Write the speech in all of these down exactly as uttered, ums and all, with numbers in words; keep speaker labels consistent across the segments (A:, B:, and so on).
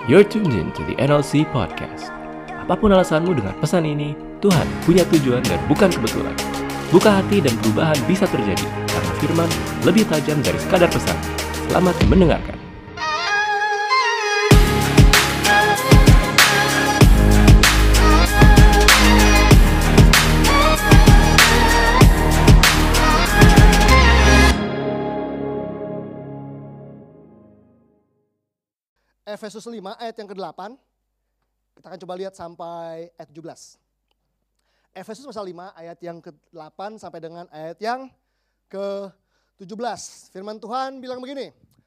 A: You're tuned in to the N L C Podcast. Apapun alasanmu dengan pesan ini, Tuhan punya tujuan dan bukan kebetulan. Buka hati dan perubahan bisa terjadi, karena firman lebih tajam dari sekadar pesan. Selamat mendengarkan.
B: Efesus lima ayat yang kedelapan, kita akan coba lihat sampai ayat tujuh belas. Efesus pasal lima ayat yang kedelapan sampai dengan ayat yang ke tujuh belas. Firman Tuhan bilang begini,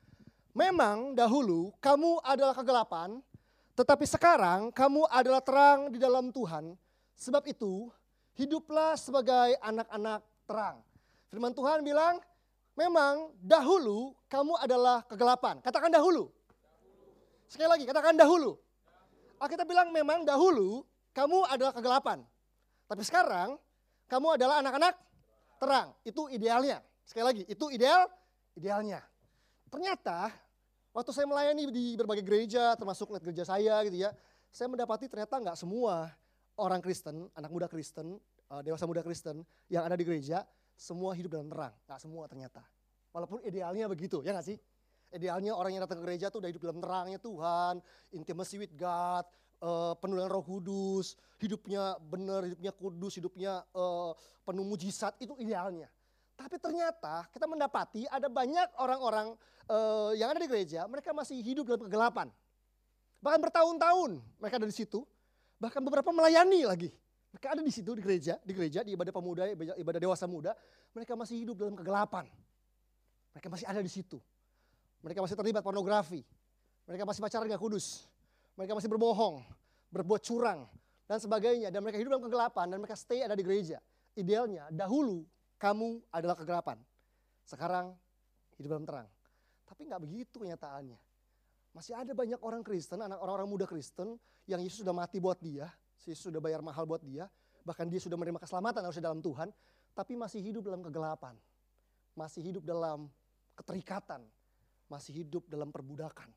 B: memang dahulu kamu adalah kegelapan, tetapi sekarang kamu adalah terang di dalam Tuhan. Sebab itu, hiduplah sebagai anak-anak terang. Firman Tuhan bilang, memang dahulu kamu adalah kegelapan. Katakan dahulu. Sekali lagi, katakan dahulu. Alkitab bilang memang dahulu kamu adalah kegelapan. Tapi sekarang kamu adalah anak-anak terang. Itu idealnya. Sekali lagi, itu ideal, idealnya. Ternyata waktu saya melayani di berbagai gereja, termasuk net gereja saya gitu ya, saya mendapati ternyata nggak semua orang Kristen, anak muda Kristen, dewasa muda Kristen yang ada di gereja, semua hidup dalam terang. Nggak semua ternyata. Walaupun idealnya begitu, ya nggak sih? Idealnya orang yang datang ke gereja tuh udah hidup dalam terangnya Tuhan, intimacy with God, uh, penuh dengan Roh Kudus, hidupnya benar, hidupnya kudus, hidupnya uh, penuh mujizat, itu idealnya. Tapi ternyata kita mendapati ada banyak orang-orang uh, yang ada di gereja, mereka masih hidup dalam kegelapan. Bahkan bertahun-tahun mereka ada di situ, bahkan beberapa melayani lagi. Mereka ada di situ di gereja, di gereja, di ibadah pemuda, ibadah dewasa muda, mereka masih hidup dalam kegelapan. Mereka masih ada di situ. Mereka masih terlibat pornografi, mereka masih pacaran gak kudus, mereka masih berbohong, berbuat curang, dan sebagainya. Dan mereka hidup dalam kegelapan dan mereka stay ada di gereja. Idealnya, dahulu kamu adalah kegelapan, sekarang hidup dalam terang. Tapi gak begitu kenyataannya. Masih ada banyak orang Kristen, anak orang-orang muda Kristen, yang Yesus sudah mati buat dia, Yesus sudah bayar mahal buat dia, bahkan dia sudah menerima keselamatan harusnya dalam Tuhan, tapi masih hidup dalam kegelapan, masih hidup dalam keterikatan, masih hidup dalam perbudakan.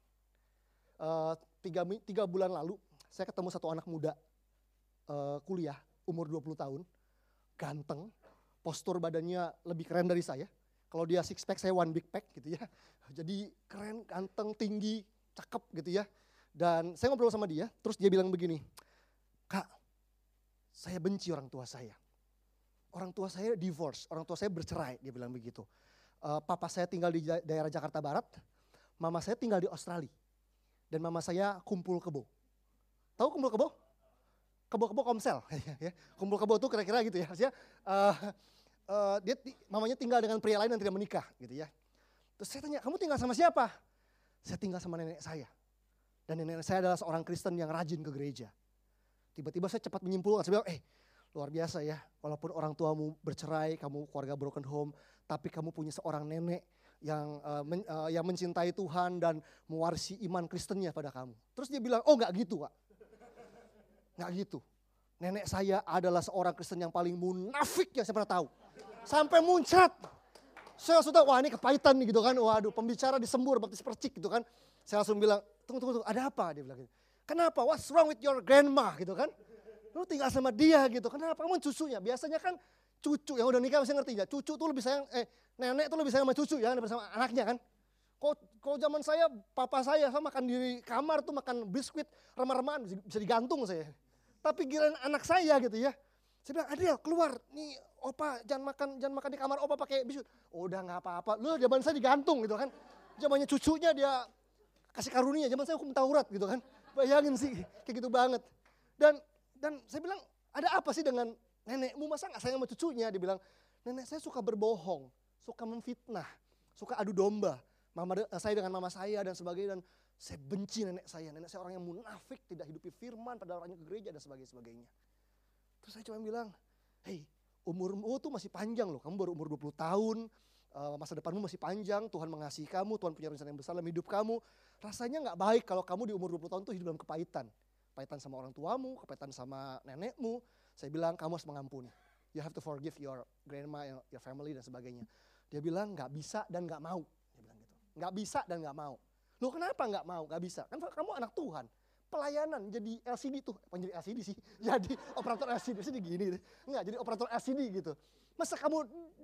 B: Uh, tiga, tiga bulan lalu saya ketemu satu anak muda uh, kuliah umur dua puluh tahun. Ganteng, postur badannya lebih keren dari saya. Kalau dia six pack saya one big pack gitu ya. Jadi keren, ganteng, tinggi, cakep gitu ya. Dan saya ngobrol sama dia, terus dia bilang begini, Kak, saya benci orang tua saya. Orang tua saya divorce, orang tua saya bercerai, dia bilang begitu. Uh, papa saya tinggal di daerah Jakarta Barat, mama saya tinggal di Australia, dan mama saya kumpul kebo. Tahu kumpul kebo? Kebo-kebo komsel, ya. Kumpul kebo tuh kira-kira gitu ya. Maksudnya, uh, uh, dia mamanya tinggal dengan pria lain yang tidak menikah, gitu ya. Terus saya tanya, kamu tinggal sama siapa? Saya tinggal sama nenek saya, dan nenek saya adalah seorang Kristen yang rajin ke gereja. Tiba-tiba saya cepat menyimpulkan, saya bilang, eh luar biasa ya, walaupun orang tuamu bercerai, kamu keluarga broken home, tapi kamu punya seorang nenek yang uh, men, uh, yang mencintai Tuhan dan mewarisi iman Kristennya pada kamu. Terus dia bilang, oh gak gitu Kak. Gak gitu. Nenek saya adalah seorang Kristen yang paling munafik yang saya pernah tahu. Sampai muncrat. Saya langsung tahu, wah ini kepahitan nih gitu kan. Waduh, pembicara disembur, baptis percik gitu kan. Saya langsung bilang, tunggu, tunggu, tunggu, ada apa? Dia bilang gitu. Kenapa? What's wrong with your grandma gitu kan. Lu tinggal sama dia gitu, kenapa? Kamu cucunya, biasanya kan cucu yang udah nikah masih ngerti ya, cucu tuh lebih sayang, eh nenek tuh lebih sayang sama cucu ya daripada sama anaknya kan. Kalau zaman saya, papa saya, saya makan di kamar tuh makan biskuit remah-remahan, bisa digantung saya. Tapi giliran anak saya gitu ya, saya bilang, Adriel keluar, nih opa jangan makan jangan makan di kamar, opa pakai biskuit. Oh, udah gak apa-apa, lu zaman saya digantung gitu kan. Zamannya cucunya dia kasih karunia, zaman saya hukum Taurat gitu kan. Bayangin sih, kayak gitu banget. Dan dan saya bilang, ada apa sih dengan nenekmu, masa gak sayang sama cucunya? Dia bilang, nenek saya suka berbohong, suka memfitnah, suka adu domba. Mama saya dengan mama saya dan sebagainya, dan saya benci nenek saya. Nenek saya orang yang munafik, tidak hidupi firman, padahal orangnya ke gereja dan sebagainya. Terus saya cuma bilang, hei umurmu tuh masih panjang loh, kamu baru umur dua puluh tahun, masa depanmu masih panjang, Tuhan mengasihi kamu, Tuhan punya rencana yang besar dalam hidup kamu. Rasanya gak baik kalau kamu di umur dua puluh tahun tuh hidup dalam kepahitan. Kepahitan sama orang tuamu, kepahitan sama nenekmu. Saya bilang kamu harus mengampuni. You have to forgive your grandma, your family dan sebagainya. Dia bilang gak bisa dan gak mau. Dia bilang gitu. Gak bisa dan gak mau. Loh kenapa nggak mau? Nggak bisa. Kan kamu anak Tuhan. Pelayanan jadi L C D tuh. Apa jadi L C D sih? Jadi operator L C D. Jadi gini deh. Enggak, jadi operator L C D gitu. Masa kamu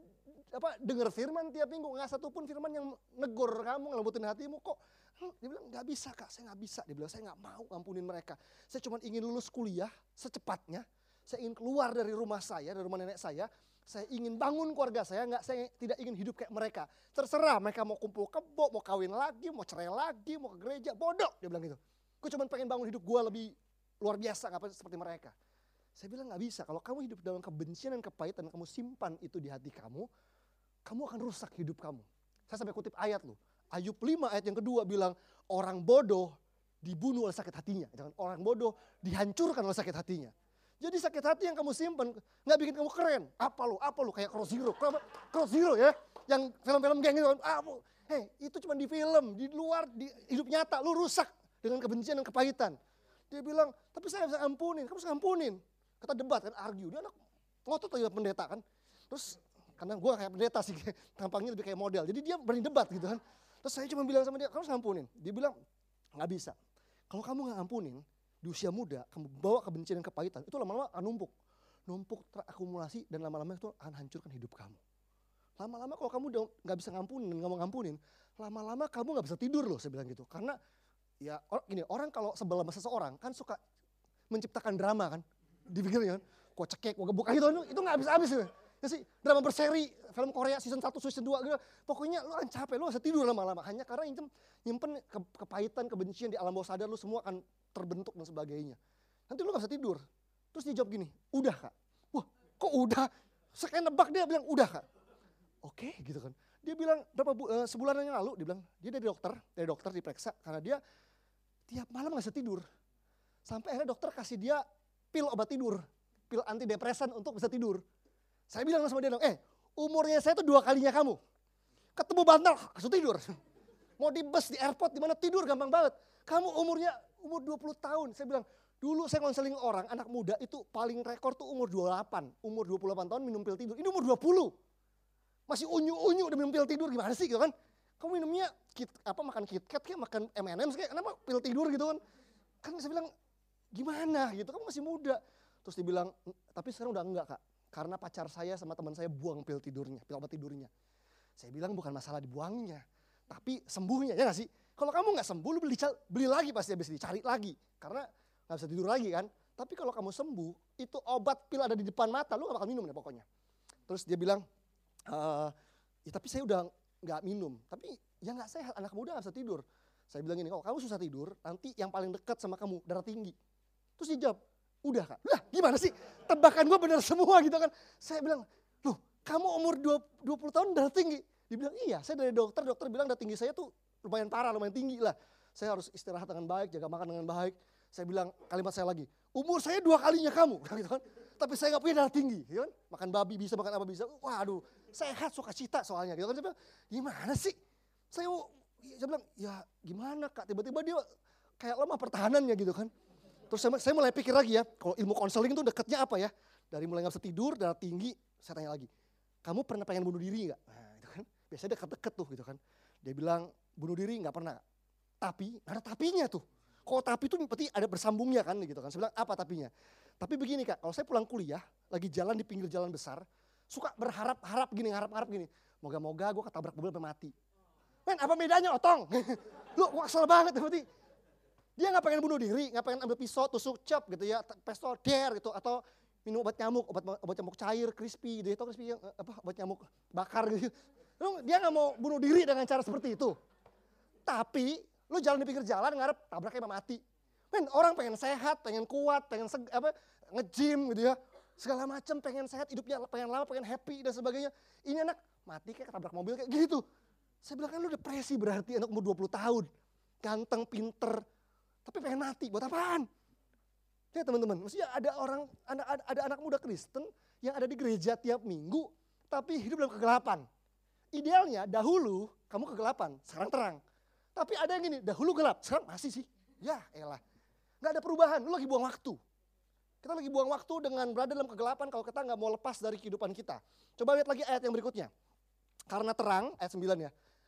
B: apa dengar firman tiap minggu, nggak satu pun firman yang negor kamu, ngelembutin hatimu kok. Hmm, dia bilang nggak bisa kak, saya nggak bisa. Dia bilang saya nggak mau ampunin mereka. Saya cuma ingin lulus kuliah secepatnya. Saya ingin keluar dari rumah saya, dari rumah nenek saya. Saya ingin bangun keluarga saya, nggak, saya tidak ingin hidup kayak mereka. Terserah mereka mau kumpul kebo, mau kawin lagi, mau cerai lagi, mau ke gereja, bodoh. Dia bilang gitu. Gue cuma pengen bangun hidup gue lebih luar biasa, nggak seperti mereka. Saya bilang nggak bisa, kalau kamu hidup dalam kebencian dan kepahitan, kamu simpan itu di hati kamu, kamu akan rusak hidup kamu. Saya sampai kutip ayat loh. Ayub lima ayat yang kedua bilang, orang bodoh dibunuh oleh sakit hatinya. Orang bodoh dihancurkan oleh sakit hatinya. Jadi sakit hati yang kamu simpan nggak bikin kamu keren. Apa lo, apa lo kayak Cross Zero. Cross Zero ya, yang film-film geng itu. Hei, itu cuma di film, di luar, di hidup nyata. Lu rusak dengan kebencian dan kepahitan. Dia bilang, tapi saya bisa ampunin, kamu bisa ampunin. Kita debat kan, argue. Dia anak ngotot lagi pendeta kan. Terus karena gue kayak pendeta sih, tampangnya lebih kayak model. Jadi dia berani debat gitu kan. Terus saya cuma bilang sama dia, kamu bisa ampunin. Dia bilang, nggak bisa. Kalau kamu nggak ampunin, di usia muda, kamu bawa kebencian dan kepahitan, itu lama-lama akan numpuk. Numpuk terakumulasi dan lama-lama itu akan hancurkan hidup kamu. Lama-lama kalau kamu udah nggak bisa ngampunin dan nggak mau ngampunin, lama-lama kamu nggak bisa tidur loh, saya bilang gitu. Karena ya or, gini, orang kalau sebel sama seseorang kan suka menciptakan drama kan. Dipikirnya kan, kok cekek, kok gebuk, gitu, itu nggak habis-habis gitu. Ya sih, drama berseri, film Korea season satu, season dua gitu. Pokoknya lu akan capek, lu gak bisa tidur lama-lama. Hanya karena nyimpen, nyimpen ke, kepahitan, kebencian di alam bawah sadar lu semua akan terbentuk dan sebagainya. Nanti lu gak bisa tidur. Terus dia jawab gini, udah kak. Wah kok udah? Saya kayak nebak, dia bilang udah kak. Oke gitu kan. Dia bilang berapa bu, uh, sebulan yang lalu, dia bilang dia dari dokter, dari dokter diperiksa. Karena dia tiap malam gak bisa tidur. Sampai akhirnya dokter kasih dia pil obat tidur. Pil antidepresan untuk bisa tidur. Saya bilang sama dia dong, eh umurnya saya tuh dua kalinya kamu. Ketemu bantal, langsung tidur. Mau di bus, di airport, di mana tidur gampang banget. Kamu umurnya umur dua puluh tahun. Saya bilang, dulu saya konseling orang, anak muda itu paling rekor tuh umur dua puluh delapan. Umur dua puluh delapan tahun minum pil tidur. Ini umur dua puluh. Masih unyu-unyu udah minum pil tidur, gimana sih gitu kan. Kamu minumnya kit, apa makan KitKat kayak, makan M and M's kayak, kenapa pil tidur gitu kan. Kan saya bilang, gimana gitu, kamu masih muda. Terus dia bilang, tapi sekarang udah enggak kak. Karena pacar saya sama teman saya buang pil tidurnya, pil obat tidurnya. Saya bilang bukan masalah dibuangnya, tapi sembuhnya, ya gak sih? Kalau kamu gak sembuh, lu beli, beli lagi pasti habis dicari lagi. Karena gak bisa tidur lagi kan. Tapi kalau kamu sembuh, itu obat pil ada di depan mata, lu gak bakal minum deh pokoknya. Terus dia bilang, e, ya tapi saya udah gak minum. Tapi ya gak sehat, anak muda gak bisa tidur. Saya bilang gini, kalau kamu susah tidur, nanti yang paling dekat sama kamu, darah tinggi. Terus dia jawab, udah kak, lah gimana sih, tebakan gue benar semua gitu kan. Saya bilang, loh kamu umur dua puluh tahun darah tinggi. Dia bilang, iya saya dari dokter, dokter bilang darah tinggi saya tuh lumayan parah, lumayan tinggi lah. Saya harus istirahat dengan baik, jaga makan dengan baik. Saya bilang kalimat saya lagi, umur saya dua kalinya kamu, gitu kan. Tapi saya gak punya darah tinggi, gitu kan. Makan babi bisa, makan apa bisa. Waduh, sehat, suka cita soalnya gitu kan. Saya bilang, gimana sih? Saya, saya bilang, ya gimana kak, tiba-tiba dia kayak lemah pertahanannya gitu kan. Terus saya, saya mulai pikir lagi ya, kalau ilmu konseling itu dekatnya apa ya? Dari mulai gak bisa tidur, darah tinggi, saya tanya lagi, kamu pernah pengen bunuh diri gak? Nah itu kan, biasanya dekat-dekat tuh gitu kan. Dia bilang, bunuh diri gak pernah. Tapi, ada tapinya tuh. Kalau tapi itu berarti ada bersambungnya kan gitu kan. Saya bilang, apa tapinya? Tapi begini kak, kalau saya pulang kuliah, lagi jalan di pinggir jalan besar, suka berharap-harap gini, harap-harap gini. Moga-moga gue ketabrak mobil sampai mati. Men, apa bedanya otong? Lu kesel banget berarti. Dia gak pengen bunuh diri, gak pengen ambil pisau, tusuk, cep gitu ya, pistol, der gitu, atau minum obat nyamuk, obat obat nyamuk cair, crispy, dia tau crispy yang apa, obat nyamuk bakar gitu. Dia gak mau bunuh diri dengan cara seperti itu. Tapi, lu jalan di pinggir jalan, ngarep tabraknya mati. Men, orang pengen sehat, pengen kuat, pengen seg, apa, nge-gym gitu ya, segala macam, pengen sehat, hidupnya pengen lama, pengen happy dan sebagainya. Ini anak mati kayak ketabrak mobil kayak gitu. Saya bilang kan lu depresi berarti anak umur dua puluh tahun, ganteng, pinter, tapi pengen mati, buat apaan? Lihat teman-teman, maksudnya ada orang, ada, ada anak muda Kristen yang ada di gereja tiap minggu, tapi hidup dalam kegelapan. Idealnya dahulu kamu kegelapan, sekarang terang. Tapi ada yang gini, dahulu gelap, sekarang masih sih. Ya elah, gak ada perubahan, lu lagi buang waktu. Kita lagi buang waktu dengan berada dalam kegelapan kalau kita gak mau lepas dari kehidupan kita. Coba lihat lagi ayat yang berikutnya. Karena terang, ayat sembilan ya.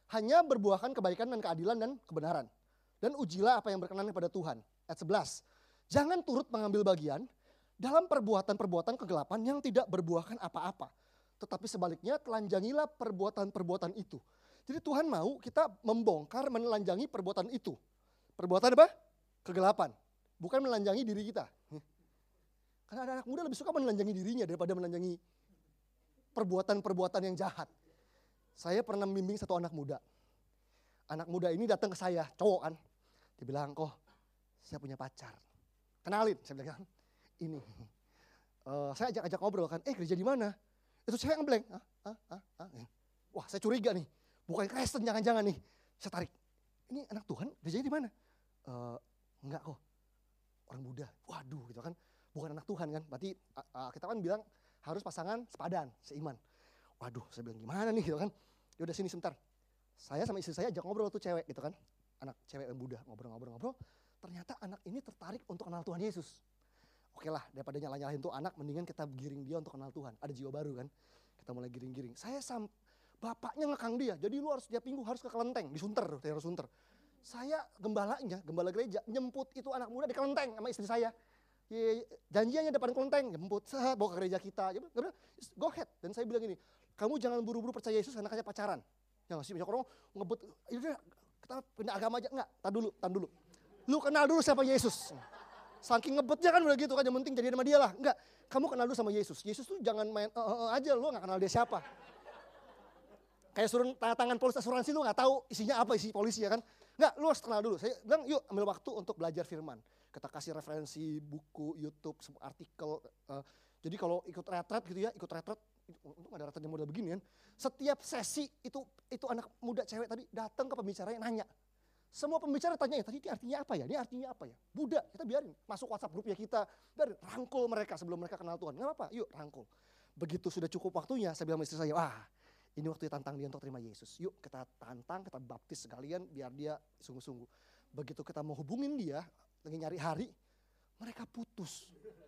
B: hanya berbuahkan kebaikan dan keadilan dan kebenaran. Dan ujilah apa yang berkenan kepada Tuhan. Ayat sebelas. Jangan turut mengambil bagian dalam perbuatan-perbuatan kegelapan yang tidak berbuahkan apa-apa. Tetapi sebaliknya telanjangilah perbuatan-perbuatan itu. Jadi Tuhan mau kita membongkar, menelanjangi perbuatan itu. Perbuatan apa? Kegelapan. Bukan menelanjangi diri kita. Karena ada anak muda lebih suka menelanjangi dirinya daripada menelanjangi perbuatan-perbuatan yang jahat. Saya pernah membimbing satu anak muda. Anak muda ini datang ke saya, cowok kan. Dia bilang, kok saya punya pacar. Kenalin, saya bilang, ini. Uh, saya ajak-ajak ngobrol kan, eh gereja di mana? Itu saya ngeblank. Ah, ah, ah, ah. Wah saya curiga nih, bukan Kristen jangan-jangan nih. Saya tarik, ini anak Tuhan gereja di mana? Uh, enggak kok, orang Buddha. Waduh gitu kan, bukan anak Tuhan kan. Berarti uh, uh, kita kan bilang harus pasangan sepadan, seiman. Waduh saya bilang gimana nih gitu kan. Ya udah sini sebentar. Saya sama istri saya ajak ngobrol tuh cewek gitu kan. Anak cewek yang Buddha, ngobrol-ngobrol-ngobrol. Ternyata anak ini tertarik untuk kenal Tuhan Yesus. Oke lah, daripada nyala-nyalahin tuh anak, mendingan kita giring dia untuk kenal Tuhan. Ada jiwa baru kan, kita mulai giring-giring. Saya sam, bapaknya ngekang dia, jadi lu harus setiap minggu harus ke Kelenteng, di Sunter, daerah Sunter. Saya gembalanya, gembala gereja, nyemput itu anak muda di Kelenteng sama istri saya. Ya, janjiannya depan Kelenteng, jemput, saat bawa ke gereja kita. Go ahead, dan saya bilang gini, kamu jangan buru-buru percaya Yesus karena kayak pacaran. Ya nggak sih, banyak orang ngebut, yaudah kita pindah agama aja, enggak, tar dulu, tar dulu. Lu kenal dulu siapa Yesus. Saking ngebetnya kan udah gitu kan, yang penting jadi sama dia lah. Enggak, kamu kenal dulu sama Yesus. Yesus tuh jangan main uh, uh, aja, lu gak kenal dia siapa. Kayak suruh tanda tangan polis asuransi, lu gak tahu isinya apa isi polisi ya kan. Enggak, lu harus kenal dulu. Saya bilang yuk ambil waktu untuk belajar firman. Kita kasih referensi, buku, YouTube, artikel. Uh, jadi kalau ikut retret gitu ya, ikut retret, untung ada retret yang model begini kan. Setiap sesi itu itu anak muda cewek tadi datang ke pembicaranya nanya. Semua pembicara tanya, tadi ini artinya apa ya? Ini artinya apa ya? Buddha, kita biarin. Masuk WhatsApp grupnya kita, biarin. Rangkul mereka sebelum mereka kenal Tuhan. Nggak apa-apa, yuk rangkul. Begitu sudah cukup waktunya, saya bilang sama istri saya, wah ini waktunya tantang dia untuk terima Yesus. Yuk kita tantang, kita baptis sekalian biar dia sungguh-sungguh. Begitu kita mau hubungin dia, lagi nyari hari, mereka putus.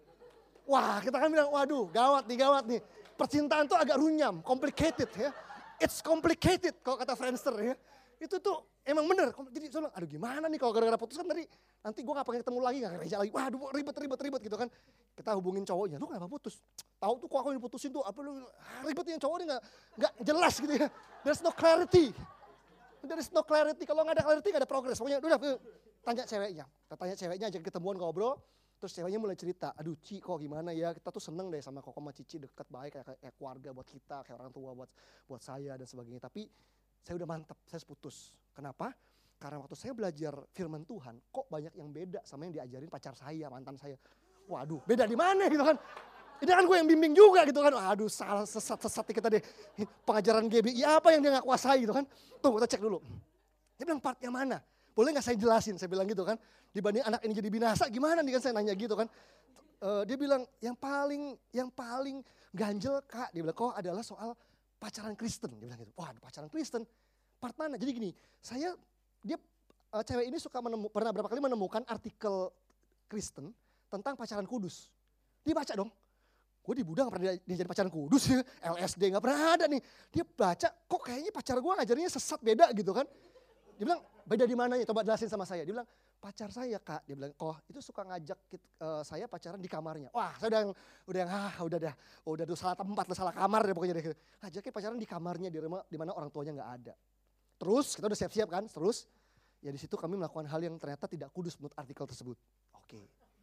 B: Wah kita kan bilang, waduh gawat nih, gawat nih. Percintaan tuh agak runyam, complicated ya. It's complicated kalau kata Friendster ya. Itu tuh emang bener, jadi saya bilang, aduh gimana nih kalau gara-gara putus kan tadi, nanti gue gak pengen ketemu lagi, gak gereja lagi, waduh ribet, ribet, ribet gitu kan. Kita hubungin cowoknya, lu kenapa putus? Tahu tuh kok aku diputusin tuh, apa lu, ribetnya cowoknya gak, gak jelas gitu ya. There's no clarity, there's no clarity, kalau gak ada clarity gak ada progress. Pokoknya udah, tanya ceweknya, kita tanya ceweknya aja ketemuan ngobrol, terus ceweknya mulai cerita, aduh Ci kok gimana ya, kita tuh seneng deh sama Koko sama Cici, deket baik, kayak, kayak keluarga buat kita, kayak orang tua buat buat saya dan sebagainya. Tapi saya udah mantap, saya putus. Kenapa? Karena waktu saya belajar firman Tuhan, kok banyak yang beda sama yang diajarin pacar saya, mantan saya. Waduh, beda di mana gitu kan. Ini kan gue yang bimbing juga gitu kan. Waduh, salah sesat-sesat kita deh. Pengajaran G B I apa yang dia gak kuasai gitu kan. Tuh kita cek dulu. Dia bilang part yang mana? Boleh gak saya jelasin? Saya bilang gitu kan. Dibanding anak ini jadi binasa gimana nih kan saya nanya gitu kan. Uh, dia bilang yang paling yang paling ganjel kak, dia bilang kok adalah soal pacaran Kristen. Dia bilang gitu. Wah pacaran Kristen. Part mana? Jadi gini, saya dia uh, cewek ini suka menemu, pernah berapa kali menemukan artikel Kristen tentang pacaran kudus. Dia baca dong. Gue di Buddha gak pernah dia, dia jadi pacaran kudus ya. L S D gak pernah ada nih. Dia baca kok kayaknya pacar gue ngajarinnya sesat beda gitu kan. Dia bilang beda di mananya? Coba jelasin sama saya. Dia bilang pacar saya kak. Dia bilang kok itu suka ngajak uh, saya pacaran di kamarnya. Wah saya udah yang, udah yang ah udah dah. Oh, udah tuh salah tempat, salah kamar deh pokoknya deh. Ngajaknya pacaran di kamarnya di rumah di mana orang tuanya gak ada. Terus kita udah siap-siap kan, terus ya di situ kami melakukan hal yang ternyata tidak kudus menurut artikel tersebut. Oke.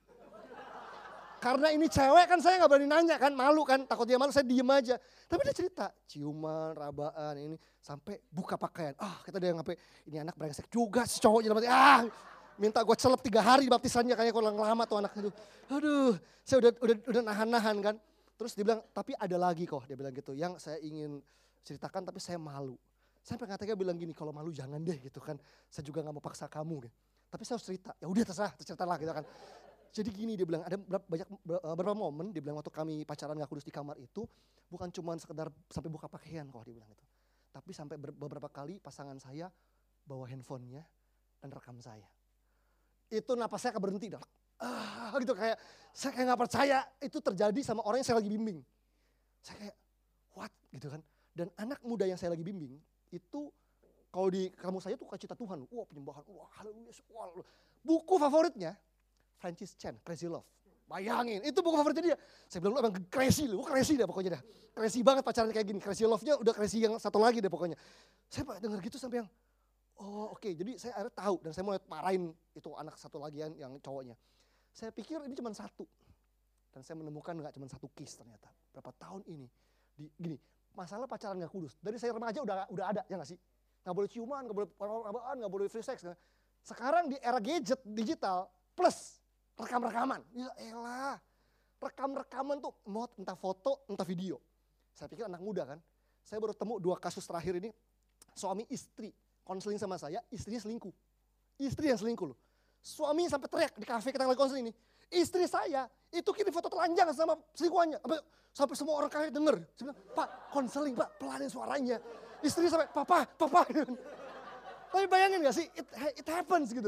B: Karena ini cewek kan saya nggak berani nanya kan, malu kan, takut dia malu saya diem aja. Tapi dia cerita, ciuman, rabaan, ini sampai buka pakaian. Ah kita udah sampai ini anak brengsek juga si cowoknya. Ah minta gue celep tiga hari baptisannya kayak kurang lama tuh anak itu. Aduh, saya udah udah udah nahan-nahan kan. Terus dia bilang, tapi ada lagi kok, dia bilang gitu, yang saya ingin ceritakan tapi saya malu. Sampai katanya bilang gini, kalau malu jangan deh gitu kan. Saya juga gak mau paksa kamu gitu. Tapi saya harus cerita, ya udah terserah, ceritalah gitu kan. Jadi gini dia bilang, ada banyak beberapa momen, dia bilang waktu kami pacaran gak kudus di kamar itu, bukan cuma sekedar sampai buka pakaian kok dia bilang gitu. Tapi sampai beberapa kali pasangan saya bawa handphonenya dan rekam saya. Itu napas saya keberhenti dah. Ah gitu kayak, saya kayak gak percaya itu terjadi sama orang yang saya lagi bimbing. Saya kayak, what gitu kan. Dan anak muda yang saya lagi bimbing, itu Kalau di kamus saya tuh cita Tuhan, wah penyembahan, wah haleluya, wah. Buku favoritnya Francis Chan, Crazy Love. Bayangin, itu buku favoritnya dia. Saya bilang lu emang crazy lu, crazy dah pokoknya dah. Crazy banget pacaran kayak gini, Crazy Love-nya udah crazy yang satu lagi deh pokoknya. Saya dengar gitu sampai yang, oh oke, okay. Jadi saya akhirnya tahu dan saya mulai marahin itu anak satu lagi yang, yang cowoknya. Saya pikir ini cuma satu. Dan saya menemukan gak cuma satu case ternyata. Berapa tahun ini, di, gini, masalah pacaran gak kudus. Dari saya remaja udah udah ada, ya gak sih? Gak boleh ciuman, gak boleh apaan, gak boleh free sex. Gak. Sekarang di era gadget digital plus rekam-rekaman. Ya elah, rekam-rekaman tuh mau entah foto, entah video. Saya pikir anak muda kan. Saya baru temu dua kasus terakhir ini, suami istri konseling sama saya, istrinya selingkuh. Istri yang selingkuh loh. Suami sampai teriak di kafe kita lagi konseling ini. Istri saya itu kirim foto telanjang sama selingkuhannya. Sampai, sampai semua orang kafe denger. Saya bilang, Pak konseling Pak, pelanin suaranya. Istri sampai, papa, papa. Tapi bayangin gak sih, it, it happens gitu.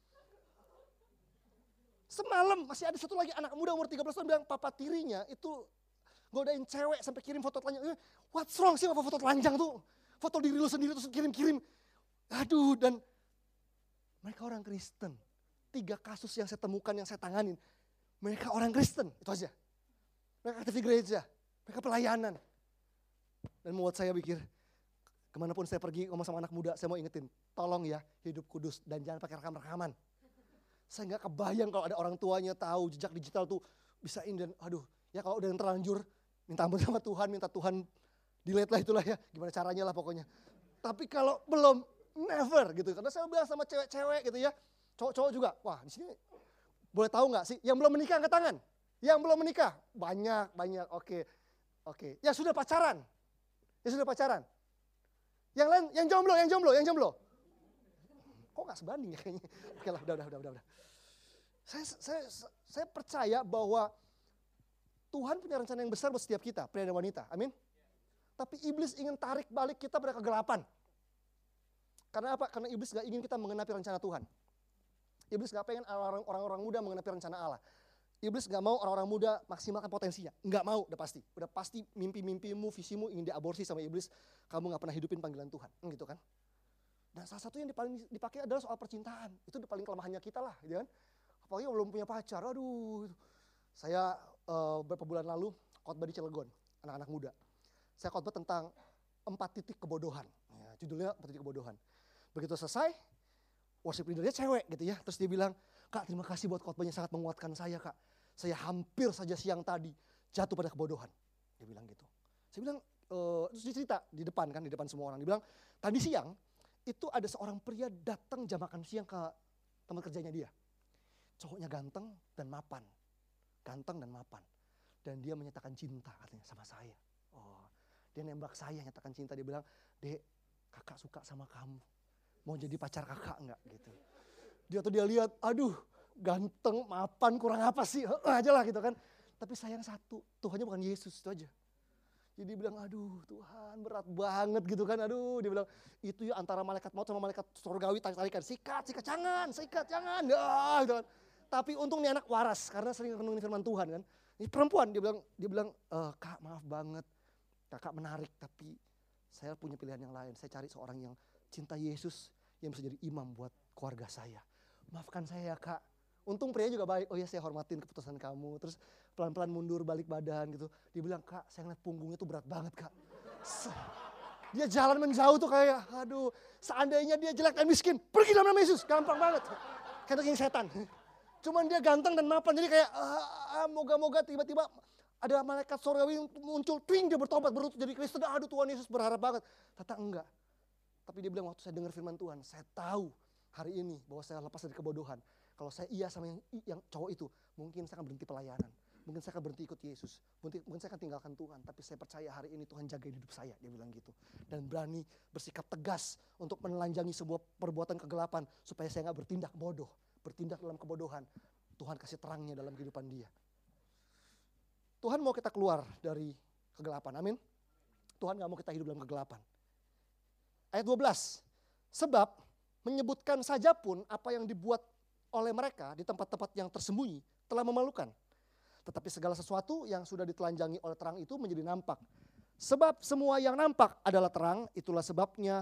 B: Semalam masih ada satu lagi anak muda umur tiga belas tahun bilang, papa tirinya itu godain cewek sampai kirim foto telanjang. What's wrong sih apa foto telanjang tuh? Foto diri lu sendiri terus kirim-kirim. Aduh, dan mereka orang Kristen. Tiga kasus yang saya temukan, yang saya tanganin. Mereka orang Kristen, itu aja. Mereka aktif di gereja, mereka pelayanan. Dan membuat saya pikir, kemanapun saya pergi ngomong sama anak muda, saya mau ingetin, tolong ya hidup kudus dan jangan pakai rekam-rekaman. Saya gak kebayang kalau ada orang tuanya tahu jejak digital tuh bisa ini dan aduh, ya kalau udah yang terlanjur, minta ampun sama Tuhan, minta Tuhan delete lah itulah ya, gimana caranya lah pokoknya. Tapi kalau belum, never gitu. Karena saya bilang sama cewek-cewek gitu ya, cowok-cowok juga, wah di sini boleh tahu nggak sih, yang belum menikah angkat tangan, yang belum menikah banyak banyak, oke oke, ya sudah pacaran, ya sudah pacaran. Yang lain, yang jomblo, yang jomblo, yang jomblo. Kok nggak sebanding ya kayaknya? Oke lah, udah, udah, udah, udah. Saya, saya, saya percaya bahwa Tuhan punya rencana yang besar buat setiap kita, pria dan wanita. Amin. Tapi iblis ingin tarik balik kita pada kegelapan. Karena apa? Karena iblis gak ingin kita mengenapi rencana Tuhan. Iblis gak pengen orang-orang muda mengenapi rencana Allah. Iblis gak mau orang-orang muda maksimalkan potensinya. Gak mau, udah pasti. Udah pasti mimpi-mimpimu, visimu ingin diaborsi sama iblis. Kamu gak pernah hidupin panggilan Tuhan. Gitu kan. Dan salah satu yang paling dipakai adalah soal percintaan. Itu paling kelemahannya kita lah. Gitu kan. Apalagi belum punya pacar. Aduh. Saya uh, beberapa bulan lalu khotbah di Cilegon. Anak-anak muda. Saya khotbah tentang empat titik kebodohan. Ya, judulnya empat titik kebodohan. Begitu selesai, worship leadernya cewek gitu ya. Terus dia bilang, Kak terima kasih buat khotbahnya sangat menguatkan saya Kak. Saya hampir saja siang tadi jatuh pada kebodohan. Dia bilang gitu. Saya bilang, e, terus dia cerita di depan kan, di depan semua orang. Dia bilang, tadi siang itu ada seorang pria datang jam makan siang ke tempat kerjanya dia. Cowoknya ganteng dan mapan. Ganteng dan mapan. Dan dia menyatakan cinta katanya sama saya. Oh, dia nembak saya, nyatakan cinta. Dia bilang, Dek, kakak suka sama kamu. Mau jadi pacar kakak enggak gitu. Dia tuh dia lihat, aduh ganteng, mapan, kurang apa sih, aja lah gitu kan. Tapi sayang satu, Tuhannya bukan Yesus, itu aja. Jadi dia bilang, aduh Tuhan berat banget gitu kan. Aduh dia bilang, itu ya antara malaikat maut sama malaikat surgawi tarik-tarikan. Sikat, sikat, jangan, sikat, jangan. Ya, gitu kan. Tapi untung nih anak waras, karena sering renungin firman Tuhan kan. Ini perempuan, dia bilang, dia bilang e, Kak maaf banget, kakak menarik tapi saya punya pilihan yang lain. Saya cari seorang yang cinta Yesus, yang bisa jadi imam buat keluarga saya. Maafkan saya ya Kak. Untung pria juga baik. Oh ya saya hormatin keputusan kamu. Terus pelan-pelan mundur balik badan gitu. Dia bilang Kak saya ngeliat punggungnya tuh berat banget Kak. Dia jalan menjauh tuh kayak aduh. Seandainya dia jelek dan miskin. Pergi dalam nama Yesus. Gampang banget. Kayak ini setan. Cuman dia ganteng dan mapan. Jadi kayak ah, moga-moga tiba-tiba ada malaikat surgawi muncul. Twing dia bertobat berlutut jadi Kristen. Aduh Tuhan Yesus berharap banget. Tata enggak. Tapi dia bilang waktu saya dengar firman Tuhan, saya tahu hari ini bahwa saya lepas dari kebodohan. Kalau saya iya sama yang, yang cowok itu, mungkin saya akan berhenti pelayanan. Mungkin saya akan berhenti ikut Yesus. Mungkin, mungkin saya akan tinggalkan Tuhan. Tapi saya percaya hari ini Tuhan jaga hidup saya, dia bilang gitu. Dan berani bersikap tegas untuk menelanjangi sebuah perbuatan kegelapan. Supaya saya gak bertindak bodoh, bertindak dalam kebodohan. Tuhan kasih terangnya dalam kehidupan dia. Tuhan mau kita keluar dari kegelapan, amin. Tuhan gak mau kita hidup dalam kegelapan. Ayat dua belas, sebab menyebutkan saja pun apa yang dibuat oleh mereka di tempat-tempat yang tersembunyi telah memalukan. Tetapi segala sesuatu yang sudah ditelanjangi oleh terang itu menjadi nampak. Sebab semua yang nampak adalah terang, itulah sebabnya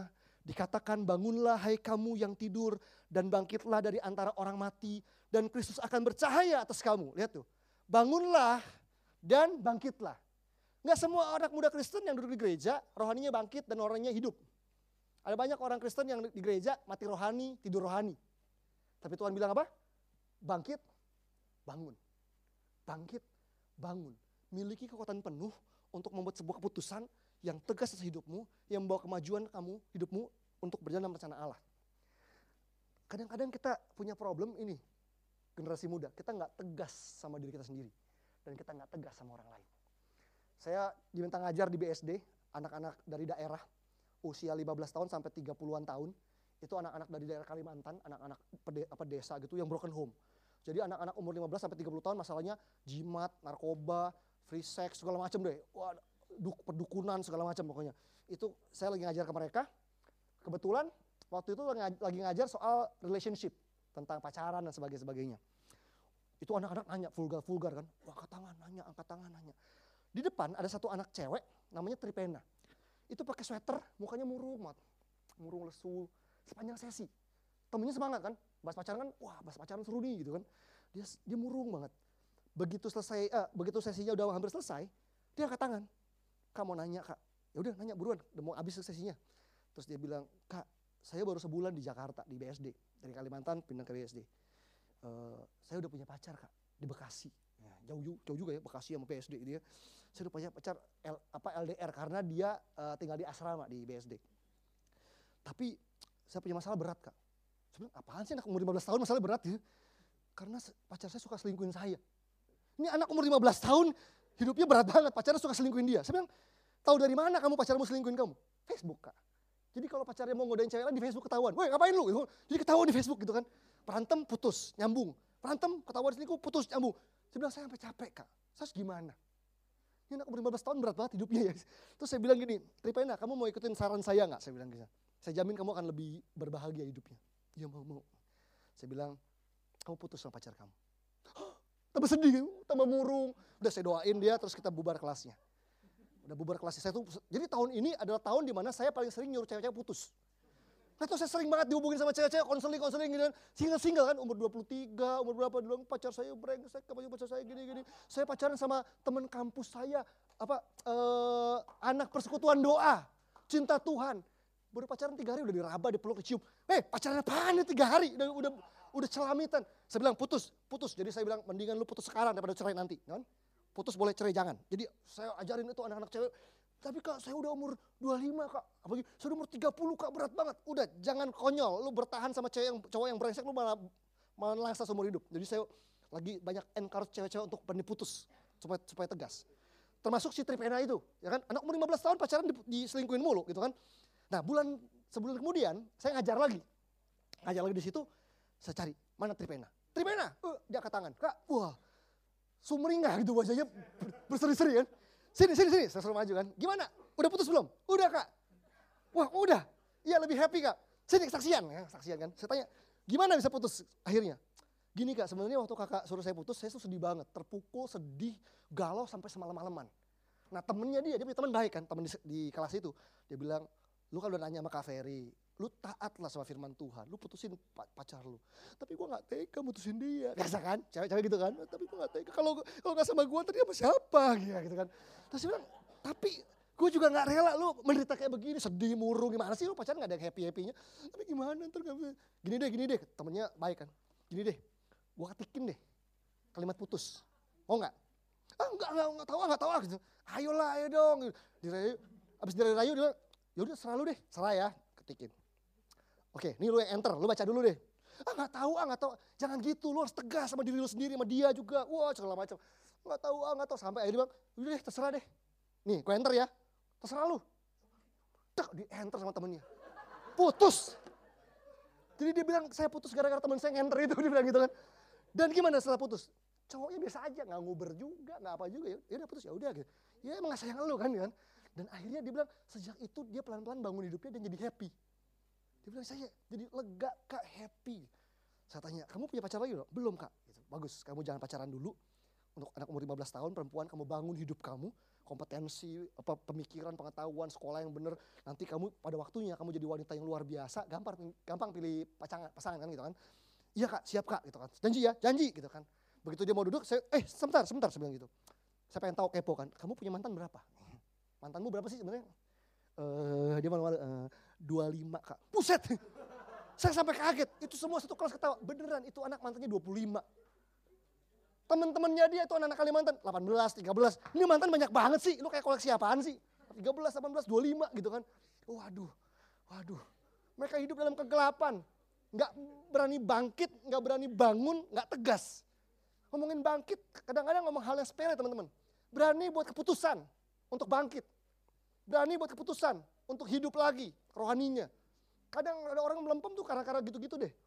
B: Dikatakan bangunlah hai kamu yang tidur dan bangkitlah dari antara orang mati dan Kristus akan bercahaya atas kamu. Lihat tuh, bangunlah dan bangkitlah. Nggak semua anak muda Kristen yang duduk di gereja rohaninya bangkit dan orangnya hidup. Ada banyak orang Kristen yang di gereja mati rohani, tidur rohani. Tapi Tuhan bilang apa? Bangkit, bangun. Bangkit, bangun. Miliki kekuatan penuh untuk membuat sebuah keputusan yang tegas atas hidupmu, yang membawa kemajuan kamu, hidupmu untuk berjalan dalam rencana Allah. Kadang-kadang kita punya problem ini, generasi muda. Kita nggak tegas sama diri kita sendiri. Dan kita nggak tegas sama orang lain. Saya diminta ngajar di B S D, anak-anak dari daerah, usia lima belas tahun sampai tiga puluhan tahun. Itu anak-anak dari daerah Kalimantan, anak-anak pede, apa, desa gitu yang broken home. Jadi anak-anak umur lima belas sampai tiga puluh tahun masalahnya jimat, narkoba, free sex, segala macam deh. Wah, duk, perdukunan segala macam pokoknya. Itu saya lagi ngajar ke mereka. Kebetulan waktu itu lagi ngajar soal relationship, tentang pacaran dan sebagainya. Itu anak-anak nanya vulgar-vulgar kan. Wah, angkat tangan, nanya, angkat tangan, nanya. Di depan ada satu anak cewek namanya Tripena. Itu pakai sweater, mukanya murung banget. Murung lesu, sepanjang sesi. Temennya semangat kan, bahas pacaran kan, wah bahas pacaran seru nih gitu kan. Dia dia murung banget. Begitu selesai, eh, begitu sesinya udah hampir selesai, dia angkat tangan. Kak mau nanya kak, ya udah nanya buruan, udah mau habis sesinya. Terus dia bilang, kak saya baru sebulan di Jakarta, di B S D. Dari Kalimantan pindah ke B S D. Uh, saya udah punya pacar kak, di Bekasi. Ya, jauh, jauh juga ya, Bekasi sama B S D gitu ya. Saya udah punya pacar L, apa, L D R karena dia uh, tinggal di asrama di B S D. Tapi saya punya masalah berat kak. Saya bilang, apaan sih anak umur lima belas tahun masalah berat ya? Karena pacar saya suka selingkuhin saya. Ini anak umur lima belas tahun, hidupnya berat banget, pacarnya suka selingkuhin dia. Saya bilang, tahu dari mana kamu pacarmu selingkuhin kamu? Facebook kak. Jadi kalau pacarnya mau ngodain cewek lain di Facebook ketahuan. Woi ngapain lu? Gitu. Jadi ketahuan di Facebook gitu kan. Berantem putus, nyambung. Berantem ketahuan selingkuh putus, nyambung. Saya bilang, saya sampai capek kak. Saya harus gimana? Ini anak umur lima belas tahun berat banget hidupnya ya. Terus saya bilang gini, Tripena kamu mau ikutin saran saya gak? Saya bilang gitu. Saya jamin kamu akan lebih berbahagia hidupnya. Iya mau, mau. Saya bilang, kamu putus sama pacar kamu. Tambah sedih, tambah murung. Udah saya doain dia, terus kita bubar kelasnya. Udah bubar kelasnya. Saya tuh, jadi tahun ini adalah tahun dimana saya paling sering nyuruh cewek-cewek putus. Nggak tahu saya sering banget dihubungin sama cewek-cewek, konseling-konseling gitu kan. Single-single kan, umur dua puluh tiga, umur berapa, bilang pacar saya brengsek, pacar saya gini-gini. Saya pacaran sama teman kampus saya, apa eh, anak persekutuan doa, cinta Tuhan. Baru pacaran tiga hari udah diraba, dipeluk, dicium. Eh pacaran apaan ya tiga hari, udah, udah, udah celamitan. Saya bilang putus, putus. Jadi saya bilang mendingan lu putus sekarang daripada cerai nanti. Kan? Putus boleh, cerai jangan. Jadi saya ajarin itu anak-anak cewek. Tapi kak saya udah umur dua puluh lima kak, apalagi saya udah umur tiga puluh kak, berat banget. Udah jangan konyol, lu bertahan sama cewek yang, cowok yang brengsek, lu malah, malah langsa seumur hidup. Jadi saya lagi banyak encourage cewek-cewek untuk berani putus, supaya, supaya tegas. Termasuk si Tripena itu, ya kan, anak umur lima belas tahun pacaran diselingkuhin mulu gitu kan. Nah bulan, sebulan kemudian saya ngajar lagi, ngajar lagi di situ, saya cari, mana Tripena? Tripena, uh, dia angkat tangan, kak, wah, sumringah gitu wajahnya berseri-seri kan. Sini, sini, sini, saya suruh maju kan. Gimana? Udah putus belum? Udah kak. Wah udah, iya lebih happy kak. Sini saksian, ya, saksian kan. Saya tanya, gimana bisa putus akhirnya? Gini kak, sebenarnya waktu kakak suruh saya putus, saya tuh sedih banget. Terpukul, sedih, galau sampai semalam-malaman. Nah temennya dia, dia punya teman baik kan, teman di, di kelas itu. Dia bilang, lu kan udah nanya sama Kak Ferry, lu taat lah sama firman Tuhan, lu putusin pacar lu. Tapi gua gak tega mutusin dia. Biasa kan, cewek-cewek gitu kan. Tapi gua gak tega, kalau kalau gak sama gua tadi sama siapa gitu kan. Terus dia bilang, tapi gue juga gak rela lu menderita kayak begini, sedih, murung, gimana sih lu pacaran gak ada yang happy-happynya. Tapi gimana ntar gak bisa. Gini deh, gini deh, temennya baik kan. Gini deh, gue ketikin deh kalimat putus. Mau gak? Ah enggak, enggak, enggak tahu, enggak tahu gitu. Ayolah, ayo dong. Dirayu, abis dirayu dia bilang, yaudah serah lu deh, serah ya, ketikin. Oke, ini lu yang enter, lu baca dulu deh. Ah gak tahu, ah gak tahu. Jangan gitu, lu harus tegas sama diri lu sendiri, sama dia juga. Wah segala macam. Gak tahu, ah gak tahu. Sampai akhirnya dia bilang, udah deh terserah deh. Nih, gue enter ya. Terserah lu. Tak, di enter sama temennya. Putus. Jadi dia bilang, saya putus gara-gara temen saya enter itu. Dia bilang gitu kan. Dan gimana setelah putus? Cowoknya biasa aja, gak nguber juga, gak apa juga. Ya udah putus, ya udah gitu. Ya emang gak sayang lu kan. kan. Dan akhirnya dia bilang, sejak itu dia pelan-pelan bangun hidupnya dan jadi happy. Dia bilang, saya jadi lega kak, happy. Saya tanya, kamu punya pacar lagi loh? Belum kak. Gitu. Bagus, kamu jangan pacaran dulu. Untuk anak umur lima belas tahun, perempuan, kamu bangun hidup kamu. kompetensi, apa pemikiran, pengetahuan, sekolah yang benar. Nanti kamu pada waktunya kamu jadi wanita yang luar biasa, gampang gampang pilih pasangan, pasangan kan gitu kan. Iya kak, siap kak gitu kan. Janji ya, janji gitu kan. Begitu dia mau duduk, saya, eh sebentar, sebentar, saya bilang gitu. Saya pengen tahu kepo kan, kamu punya mantan berapa? Mantanmu berapa sih sebenarnya? Uh, dia malu-malu, uh, dua puluh lima kak. Buset! Saya sampai kaget, itu semua satu kelas ketawa. Beneran itu anak mantannya dua puluh lima. Temen-temennya dia itu anak-anak Kalimantan, delapan belas, tiga belas. Ini mantan banyak banget sih, lu kayak koleksi apaan sih? tiga belas, delapan belas, dua puluh lima gitu kan. Waduh, waduh. Mereka hidup dalam kegelapan. Gak berani bangkit, gak berani bangun, gak tegas. Ngomongin bangkit, kadang-kadang ngomong hal yang sepele teman-teman. Berani buat keputusan untuk bangkit. Berani buat keputusan untuk hidup lagi, rohaninya. Kadang ada orang melempem tuh karena-karena gitu-gitu deh.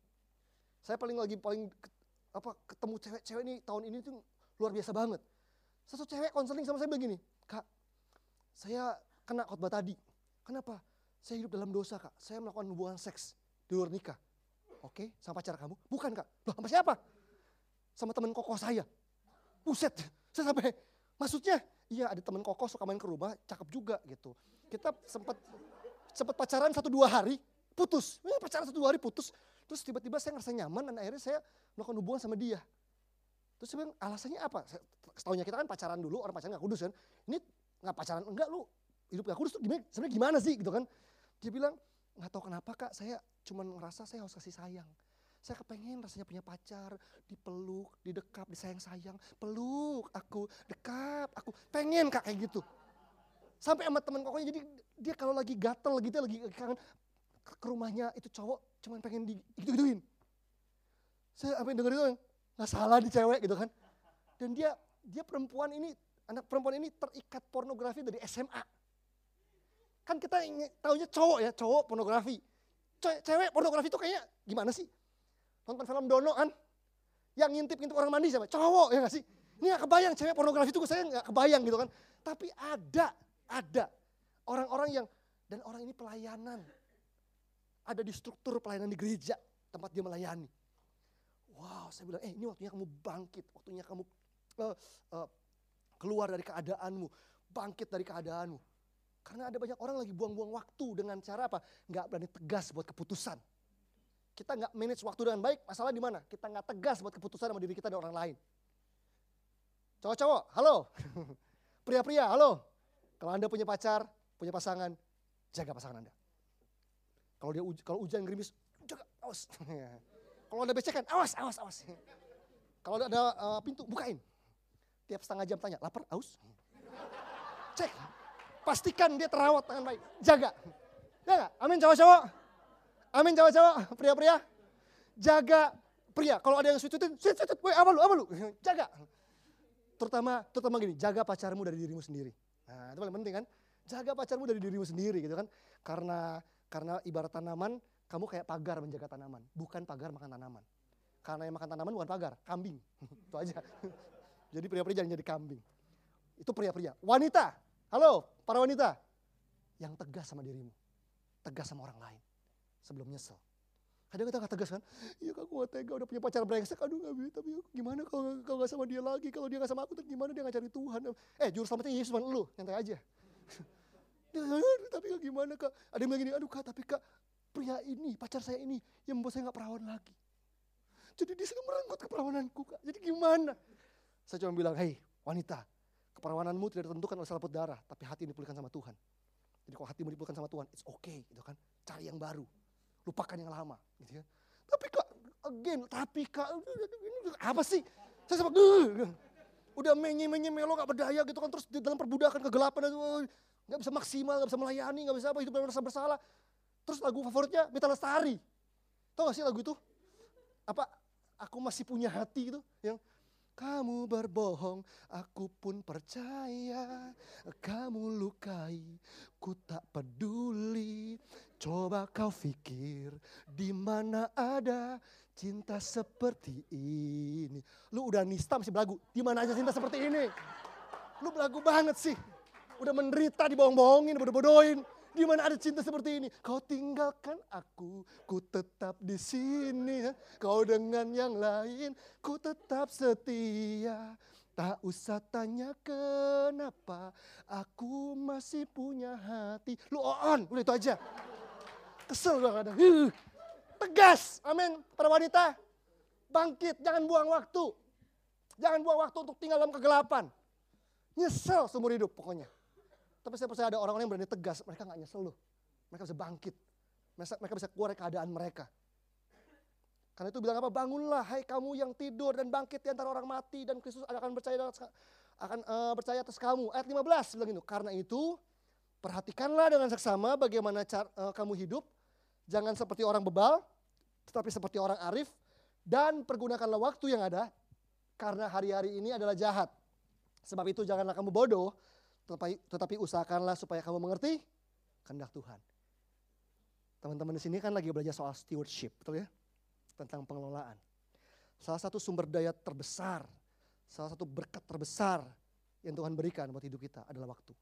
B: Saya paling lagi paling apa ketemu cewek-cewek ini tahun ini tuh luar biasa banget. Satu cewek konseling sama saya begini, kak, saya kena khotbah tadi. Kenapa? Saya hidup dalam dosa kak. Saya melakukan hubungan seks di luar nikah. Oke, sama pacar kamu? Bukan kak. Loh, sama siapa? Sama teman kokoh saya. Buset, saya sampai, maksudnya, iya ada teman kokoh suka main ke rumah, cakep juga gitu. Kita sempat sempat pacaran satu dua hari, putus. Eh, pacaran satu dua hari putus. Terus tiba-tiba saya ngerasa nyaman dan akhirnya saya melakukan hubungan sama dia. Terus saya bilang alasannya apa? Setahunya kita kan pacaran dulu, orang pacaran gak kudus kan. Ini gak pacaran, enggak lu hidup gak kudus tuh gimana, sebenarnya gimana sih gitu kan. Dia bilang gak tahu kenapa kak, saya cuma ngerasa saya harus kasih sayang. Saya kepengen rasanya punya pacar, dipeluk, didekap, disayang-sayang. Peluk aku, dekap aku, pengen kak kayak gitu. Sampai sama temen kokohnya, jadi dia kalau lagi gatel gitu, lagi kangen ke rumahnya itu cowok cuman pengen gitu-gituin. Saya sampai denger itu nggak salah di cewek gitu kan. Dan dia dia perempuan ini, anak perempuan ini terikat pornografi dari S M A. Kan kita taunya cowok ya, cowok pornografi. Cewek pornografi itu kayaknya gimana sih? Nonton film Dono kan? Yang ngintip-ngintip orang mandi siapa? Cowok ya gak sih? Ini gak kebayang cewek pornografi itu saya gak kebayang gitu kan. Tapi ada, ada orang-orang yang, dan orang ini pelayanan. Ada di struktur pelayanan di gereja, tempat dia melayani. Wow, saya bilang, eh ini waktunya kamu bangkit, waktunya kamu uh, uh, keluar dari keadaanmu, bangkit dari keadaanmu. Karena ada banyak orang lagi buang-buang waktu dengan cara apa? Gak berani tegas buat keputusan. Kita gak manage waktu dengan baik, masalah di mana? Kita gak tegas buat keputusan sama diri kita dan orang lain. Cowok-cowok, halo. Pria-pria, halo. Kalau Anda punya pacar, punya pasangan, jaga pasangan Anda. Kalau dia kalau hujan gerimis, jaga, awas. Kalau ada becekan, awas, awas, awas. Kalau ada uh, pintu, bukain. Tiap setengah jam tanya, lapar, aus? Cek, pastikan dia terawat dengan baik, jaga. Jaga, amin cowok-cowok. Amin cowok-cowok, pria-pria. Jaga pria, kalau ada yang sweet-sweetin, sweet-sweet, woi apa lu, apa lu? Jaga. Terutama, terutama gini, jaga pacarmu dari dirimu sendiri. Nah itu paling penting kan. Jaga pacarmu dari dirimu sendiri gitu kan. Karena karena ibarat tanaman, kamu kayak pagar menjaga tanaman. Bukan pagar makan tanaman. Karena yang makan tanaman bukan pagar, kambing. Itu aja. Jadi pria-pria jangan jadi kambing. Itu pria-pria. Wanita, halo para wanita. Yang tegas sama dirimu. Tegas sama orang lain. Sebelum nyesel. Kadang kita gak tegas kan, iya kak gue tega udah punya pacar brengsek, aduh gak bisa, tapi gimana kalau kalau gak sama dia lagi, kalau dia gak sama aku, gimana dia gak cari Tuhan. Eh juru selamatnya Yesus bukan lu, nyantai aja. Tapi kak gimana kak, ada yang bilang gini, aduh kak tapi kak pria ini, pacar saya ini yang membuat saya gak perawan lagi. Jadi dia sedang merenggut keperawananku kak, jadi gimana? Saya cuma bilang, hei wanita, keperawananmu tidak ditentukan oleh selaput darah, tapi hati yang dipulihkan sama Tuhan. Jadi kalau hatimu dipulihkan sama Tuhan, it's okay gitu kan, cari yang baru. Lupakan yang lama, gitu ya. Tapi kak, again, tapi kak, ini apa sih? Saya sempat, udah menye-menye melo gak berdaya gitu kan, terus di dalam perbudakan kegelapan, gak bisa maksimal, gak bisa melayani, gak bisa apa, hidup dalam rasa bersalah. Terus lagu favoritnya Mita Lestari. Tau gak sih lagu itu? Apa, aku masih punya hati gitu, yang kamu berbohong, aku pun percaya. Kamu lukai, ku tak peduli. Coba kau pikir, di mana ada cinta seperti ini. Lu udah nista masih belagu, di mana aja cinta seperti ini. Lu belagu banget sih. Udah menderita, dibohong-bohongin, bodoh-bodohin. Di mana ada cinta seperti ini? Kau tinggalkan aku, ku tetap di sini. Kau dengan yang lain, ku tetap setia. Tak usah tanya kenapa, aku masih punya hati. Lu on, udah itu aja. Kesel gue kadang. Huh. Tegas, amin. Para wanita, bangkit, jangan buang waktu. Jangan buang waktu untuk tinggal dalam kegelapan. Nyesel seumur hidup pokoknya. Tapi saya percaya ada orang-orang yang berani tegas, mereka gak nyesel loh. Mereka bisa bangkit. Mereka bisa keluar dari keadaan mereka. Karena itu bilang apa? Bangunlah hai kamu yang tidur dan bangkit di antara orang mati dan Kristus akan percaya akan uh, percaya atas kamu. Ayat lima belas bilang itu. Karena itu perhatikanlah dengan seksama bagaimana cara, uh, kamu hidup. Jangan seperti orang bebal, tetapi seperti orang arif. Dan pergunakanlah waktu yang ada, karena hari-hari ini adalah jahat. Sebab itu janganlah kamu bodoh, tetapi, tetapi usahakanlah supaya kamu mengerti kehendak Tuhan. Teman-teman di sini kan lagi belajar soal stewardship, betul ya? Tentang pengelolaan. Salah satu sumber daya terbesar, salah satu berkat terbesar yang Tuhan berikan buat hidup kita adalah waktu.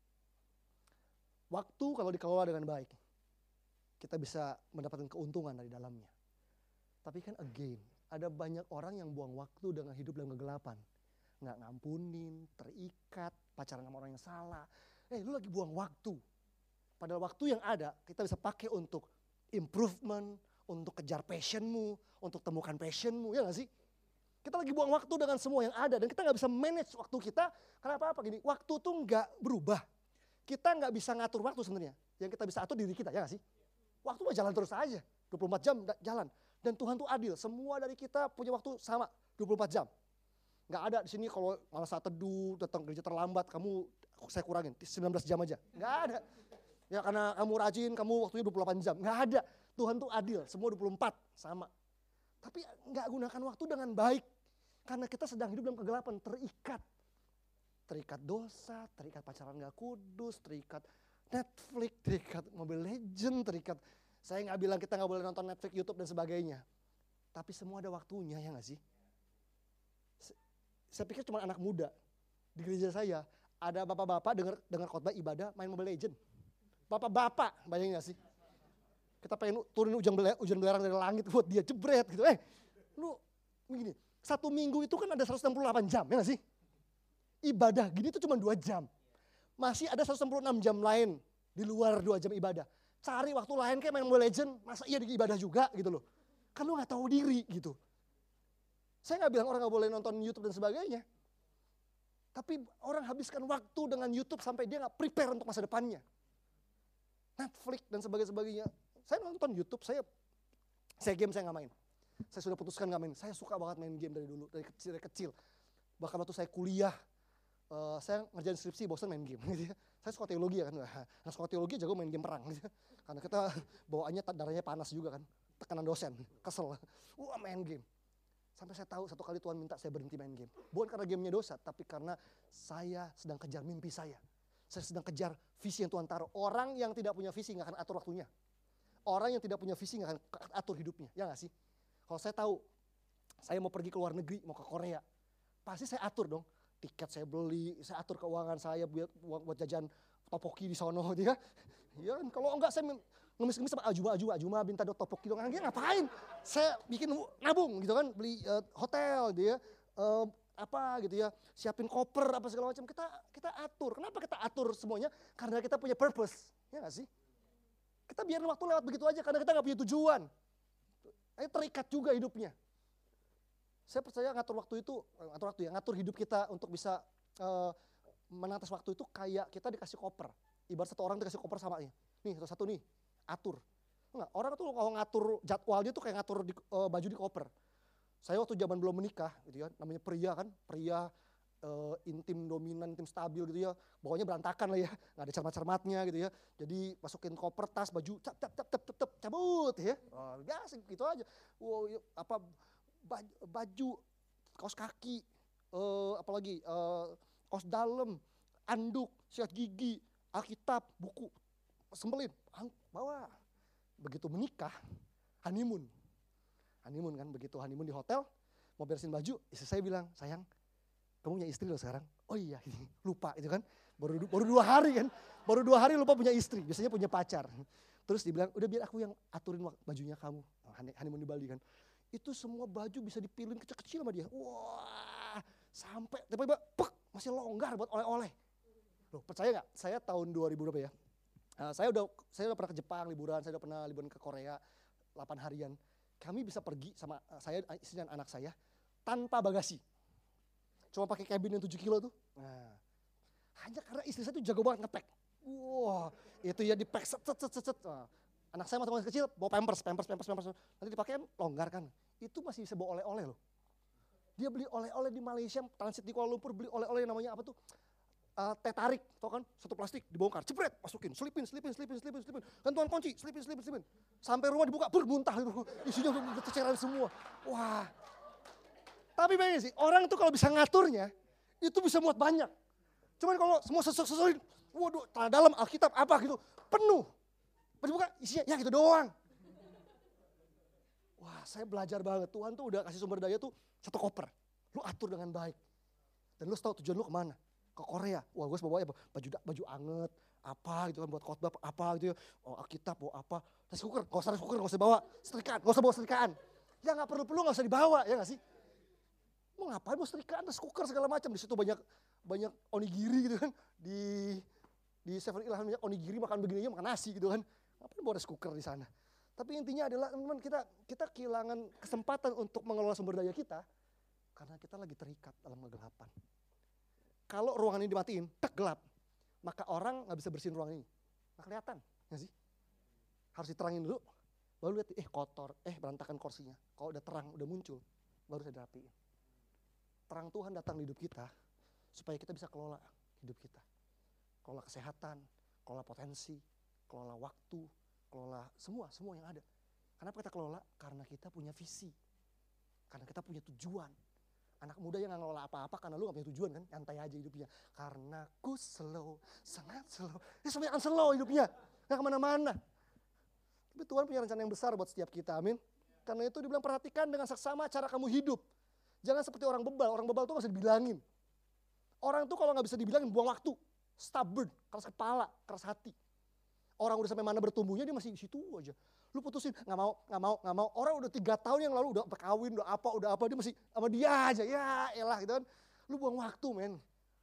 B: Waktu kalau dikelola dengan baik, kita bisa mendapatkan keuntungan dari dalamnya. Tapi kan again, ada banyak orang yang buang waktu dengan hidup dalam kegelapan. Nggak ngampunin, terikat, pacaran sama orang yang salah. Eh lu lagi buang waktu. Padahal waktu yang ada kita bisa pakai untuk improvement, untuk kejar passionmu, untuk temukan passionmu, ya gak sih? Kita lagi buang waktu dengan semua yang ada dan kita gak bisa manage waktu kita. Karena apa-apa gini, waktu tuh gak berubah. Kita gak bisa ngatur waktu sebenarnya. Yang kita bisa atur diri kita, ya gak sih? Waktu mah jalan terus aja, dua puluh empat jam jalan. Dan Tuhan tuh adil, semua dari kita punya waktu sama, dua puluh empat jam. Gak ada di sini kalau malah saat teduh, datang kerja terlambat, kamu saya kurangin, sembilan belas jam aja. Gak ada. Ya karena kamu rajin, kamu waktunya dua puluh delapan jam. Gak ada. Tuhan tuh adil, semua dua puluh empat sama. Tapi gak gunakan waktu dengan baik. Karena kita sedang hidup dalam kegelapan, terikat. Terikat dosa, terikat pacaran gak kudus, terikat Netflix, terikat Mobile Legends, terikat. Saya gak bilang kita gak boleh nonton Netflix, YouTube dan sebagainya. Tapi semua ada waktunya, ya gak sih? Saya pikir cuma anak muda. Di gereja saya, ada bapak-bapak dengar dengar khotbah ibadah main Mobile Legends. Bapak-bapak, bayangin gak sih? Kita pengen turunin hujan belerang, hujan belerang dari langit buat dia jebret gitu. Eh, lu begini, satu minggu itu kan ada seratus enam puluh delapan jam, ya gak sih? Ibadah gini tuh cuma dua jam. Masih ada seratus enam puluh enam jam lain di luar dua jam ibadah. Cari waktu lain kayak main Mobile Legends, masa iya di ibadah juga gitu loh. Kan lu gak tahu diri gitu. Saya gak bilang orang gak boleh nonton YouTube dan sebagainya. Tapi orang habiskan waktu dengan YouTube sampai dia gak prepare untuk masa depannya. Netflix dan sebagainya. Saya nonton YouTube, saya saya game saya nggak main. Saya sudah putuskan nggak main. Saya suka banget main game dari dulu, dari kecil, dari kecil. Bahkan waktu saya kuliah, uh, saya ngerjain skripsi, bosan main game. Gitu ya. Saya suka teologi ya kan, nah suka teologi jago main game perang. Gitu ya. Karena kita bawaannya darahnya panas juga kan, tekanan dosen, kesel. Wah main game. Sampai saya tahu satu kali Tuhan minta saya berhenti main game. Bukan karena gamenya dosa, tapi karena saya sedang kejar mimpi saya. Saya sedang kejar visi yang Tuhan taruh. Orang yang tidak punya visi nggak akan atur waktunya. Orang yang tidak punya visi nggak akan atur hidupnya, ya nggak sih? Kalau saya tahu, saya mau pergi ke luar negeri, mau ke Korea, pasti saya atur dong. Tiket saya beli, saya atur keuangan saya buat, buat jajan topoki di sono, ya. Ya, kalau enggak saya ngemis-ngemis sama Ajuma, Ajuma, Ajuma minta dot topoki dong. Dia ngapain? Saya bikin nabung gitu kan, beli uh, hotel, dia uh, apa gitu ya, siapin koper apa segala macam. Kita kita atur. Kenapa kita atur semuanya? Karena kita punya purpose, ya nggak sih? Kita biarin waktu lewat begitu aja karena kita gak punya tujuan. Ayo terikat juga hidupnya. Saya percaya ngatur waktu itu, ngatur waktu ya, ngatur hidup kita untuk bisa uh, menatas waktu itu kayak kita dikasih koper. Ibarat satu orang dikasih koper sama nih, nih satu-satu nih, atur. Enggak, orang tuh kalau ngatur jadwalnya tuh kayak ngatur di, uh, baju di koper. Saya waktu zaman belum menikah gitu ya, namanya pria kan, pria uh, intim dominan, intim stabil gitu ya, bawahnya berantakan lah ya, nggak ada cermat-cermatnya gitu ya. Jadi masukin koper, tas, baju, cap, cap, cap, cap, cap, cap cabut ya. Oh, biasa gitu aja. Wow, apa baju, baju kaos kaki, uh, apalagi uh, kaos dalam, anduk, sikat gigi, Alkitab, buku, sembelin, bawa. Begitu menikah, honeymoon. Honeymoon kan, begitu honeymoon di hotel, mau beresin baju, istri saya bilang, sayang, kamu punya istri loh sekarang. Oh iya, lupa itu kan, baru baru dua hari kan, baru dua hari lupa punya istri, biasanya punya pacar. Terus dibilang, udah biar aku yang aturin bajunya kamu, honeymoon di Bali kan. Itu semua baju bisa dipilih kecil-kecil sama dia. Wah, Sampai tiba-tiba pek, masih longgar buat oleh-oleh. Loh, percaya nggak? Saya tahun dua ribu berapa ya? Uh, saya udah saya udah pernah ke Jepang liburan, saya udah pernah liburan ke Korea delapan harian. Kami bisa pergi sama uh, saya, istri dan anak saya tanpa bagasi. Cuma pakai cabin yang tujuh kilo tuh. Nah, hanya karena istri saya tuh jago banget ngepack. Wah, itu ya di-pack set set set set. Nah, anak saya masih kecil bawa pampers, pampers, pampers, pampers. Nanti dipakai longgar kan. Itu masih bisa bawa oleh-oleh loh. Dia beli oleh-oleh di Malaysia, transit di Kuala Lumpur, beli oleh-oleh yang namanya apa tuh? Uh, teh tarik, tau kan? Satu plastik dibongkar, jebret, masukin, selipin, selipin, selipin, selipin, selipin. Gantungan kunci, selipin, selipin, selipin. Sampai rumah dibuka, bermuntah, isinya udah terceran semua. Wah. Tapi bayangin sih, orang tuh kalau bisa ngaturnya, itu bisa muat banyak. Cuman kalau semua sesek-sesekin, waduh, tanah dalam, Alkitab, apa gitu, penuh. Pas dibuka, isinya, ya gitu doang. Wah, saya belajar banget. Tuhan tuh udah kasih sumber daya tuh satu koper. Lu atur dengan baik. Dan lu tahu tujuan lu kemana. Ke Korea. Wah, gue bawa apa? Baju baju anget, apa gitu kan buat khotbah apa gitu ya. Oh, Alkitab bawa apa? Rice cooker, enggak usah rice cooker, enggak usah bawa setrikaan, enggak usah bawa setrikaan. Ya enggak perlu-perlu enggak usah dibawa, ya enggak sih? Mau ngapain bawa setrikaan, rice cooker segala macam. Di situ banyak banyak onigiri gitu kan. Di di seven eleven banyak onigiri, makan begini aja makan nasi gitu kan. Ngapain bawa rice cooker di sana? Tapi intinya adalah teman-teman kita kita kehilangan kesempatan untuk mengelola sumber daya kita karena kita lagi terikat dalam kegelapan. Kalau ruangan ini dimatiin, tek gelap, maka orang nggak bisa bersihin ruangan ini. Nggak kelihatan, nggak sih? Harus diterangin dulu, baru lihat, eh kotor, eh berantakan kursinya. Kalau udah terang, udah muncul, baru saya rapiin. Terang Tuhan datang di hidup kita, supaya kita bisa kelola hidup kita. Kelola kesehatan, kelola potensi, kelola waktu, kelola semua, semua yang ada. Kenapa kita kelola? Karena kita punya visi. Karena kita punya tujuan. Anak muda yang gak ngelola apa-apa karena lu gak punya tujuan kan. Nyantai aja hidupnya. Karena ku slow, sangat slow. Ini semuanya slow hidupnya. Gak kemana-mana. Tapi Tuhan punya rencana yang besar buat setiap kita, amin. Karena itu dibilang perhatikan dengan seksama cara kamu hidup. Jangan seperti orang bebal. Orang bebal tuh gak bisa dibilangin. Orang tuh kalau gak bisa dibilangin buang waktu. Stubborn, keras kepala, keras hati. Orang udah sampai mana bertumbuhnya dia masih di situ aja. Lu putusin, nggak mau, nggak mau, nggak mau. Orang udah tiga tahun yang lalu udah berkawin, udah apa, udah apa, dia masih sama dia aja. Ya elah gitu kan. Lu buang waktu men.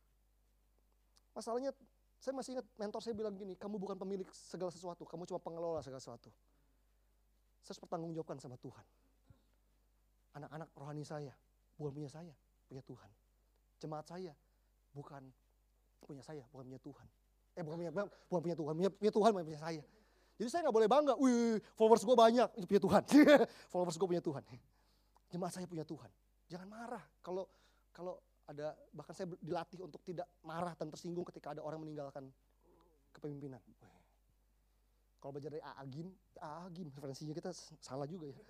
B: Masalahnya saya masih ingat mentor saya bilang gini, kamu bukan pemilik segala sesuatu, kamu cuma pengelola segala sesuatu. Saya harus bertanggungjawabkan sama Tuhan. Anak-anak rohani saya, bukan punya saya, punya Tuhan. Jemaat saya, bukan punya saya, bukan punya Tuhan. Eh bukan punya, bukan punya Tuhan, punya, punya Tuhan bukan punya saya. Jadi saya gak boleh bangga, wih followers gue banyak, itu punya Tuhan. Followers gue punya Tuhan. Jemaat saya punya Tuhan. Jangan marah kalau kalau ada, bahkan saya dilatih untuk tidak marah dan tersinggung ketika ada orang meninggalkan kepemimpinan. Kalau belajar dari A A Gim, A A Gim referensinya kita salah juga ya.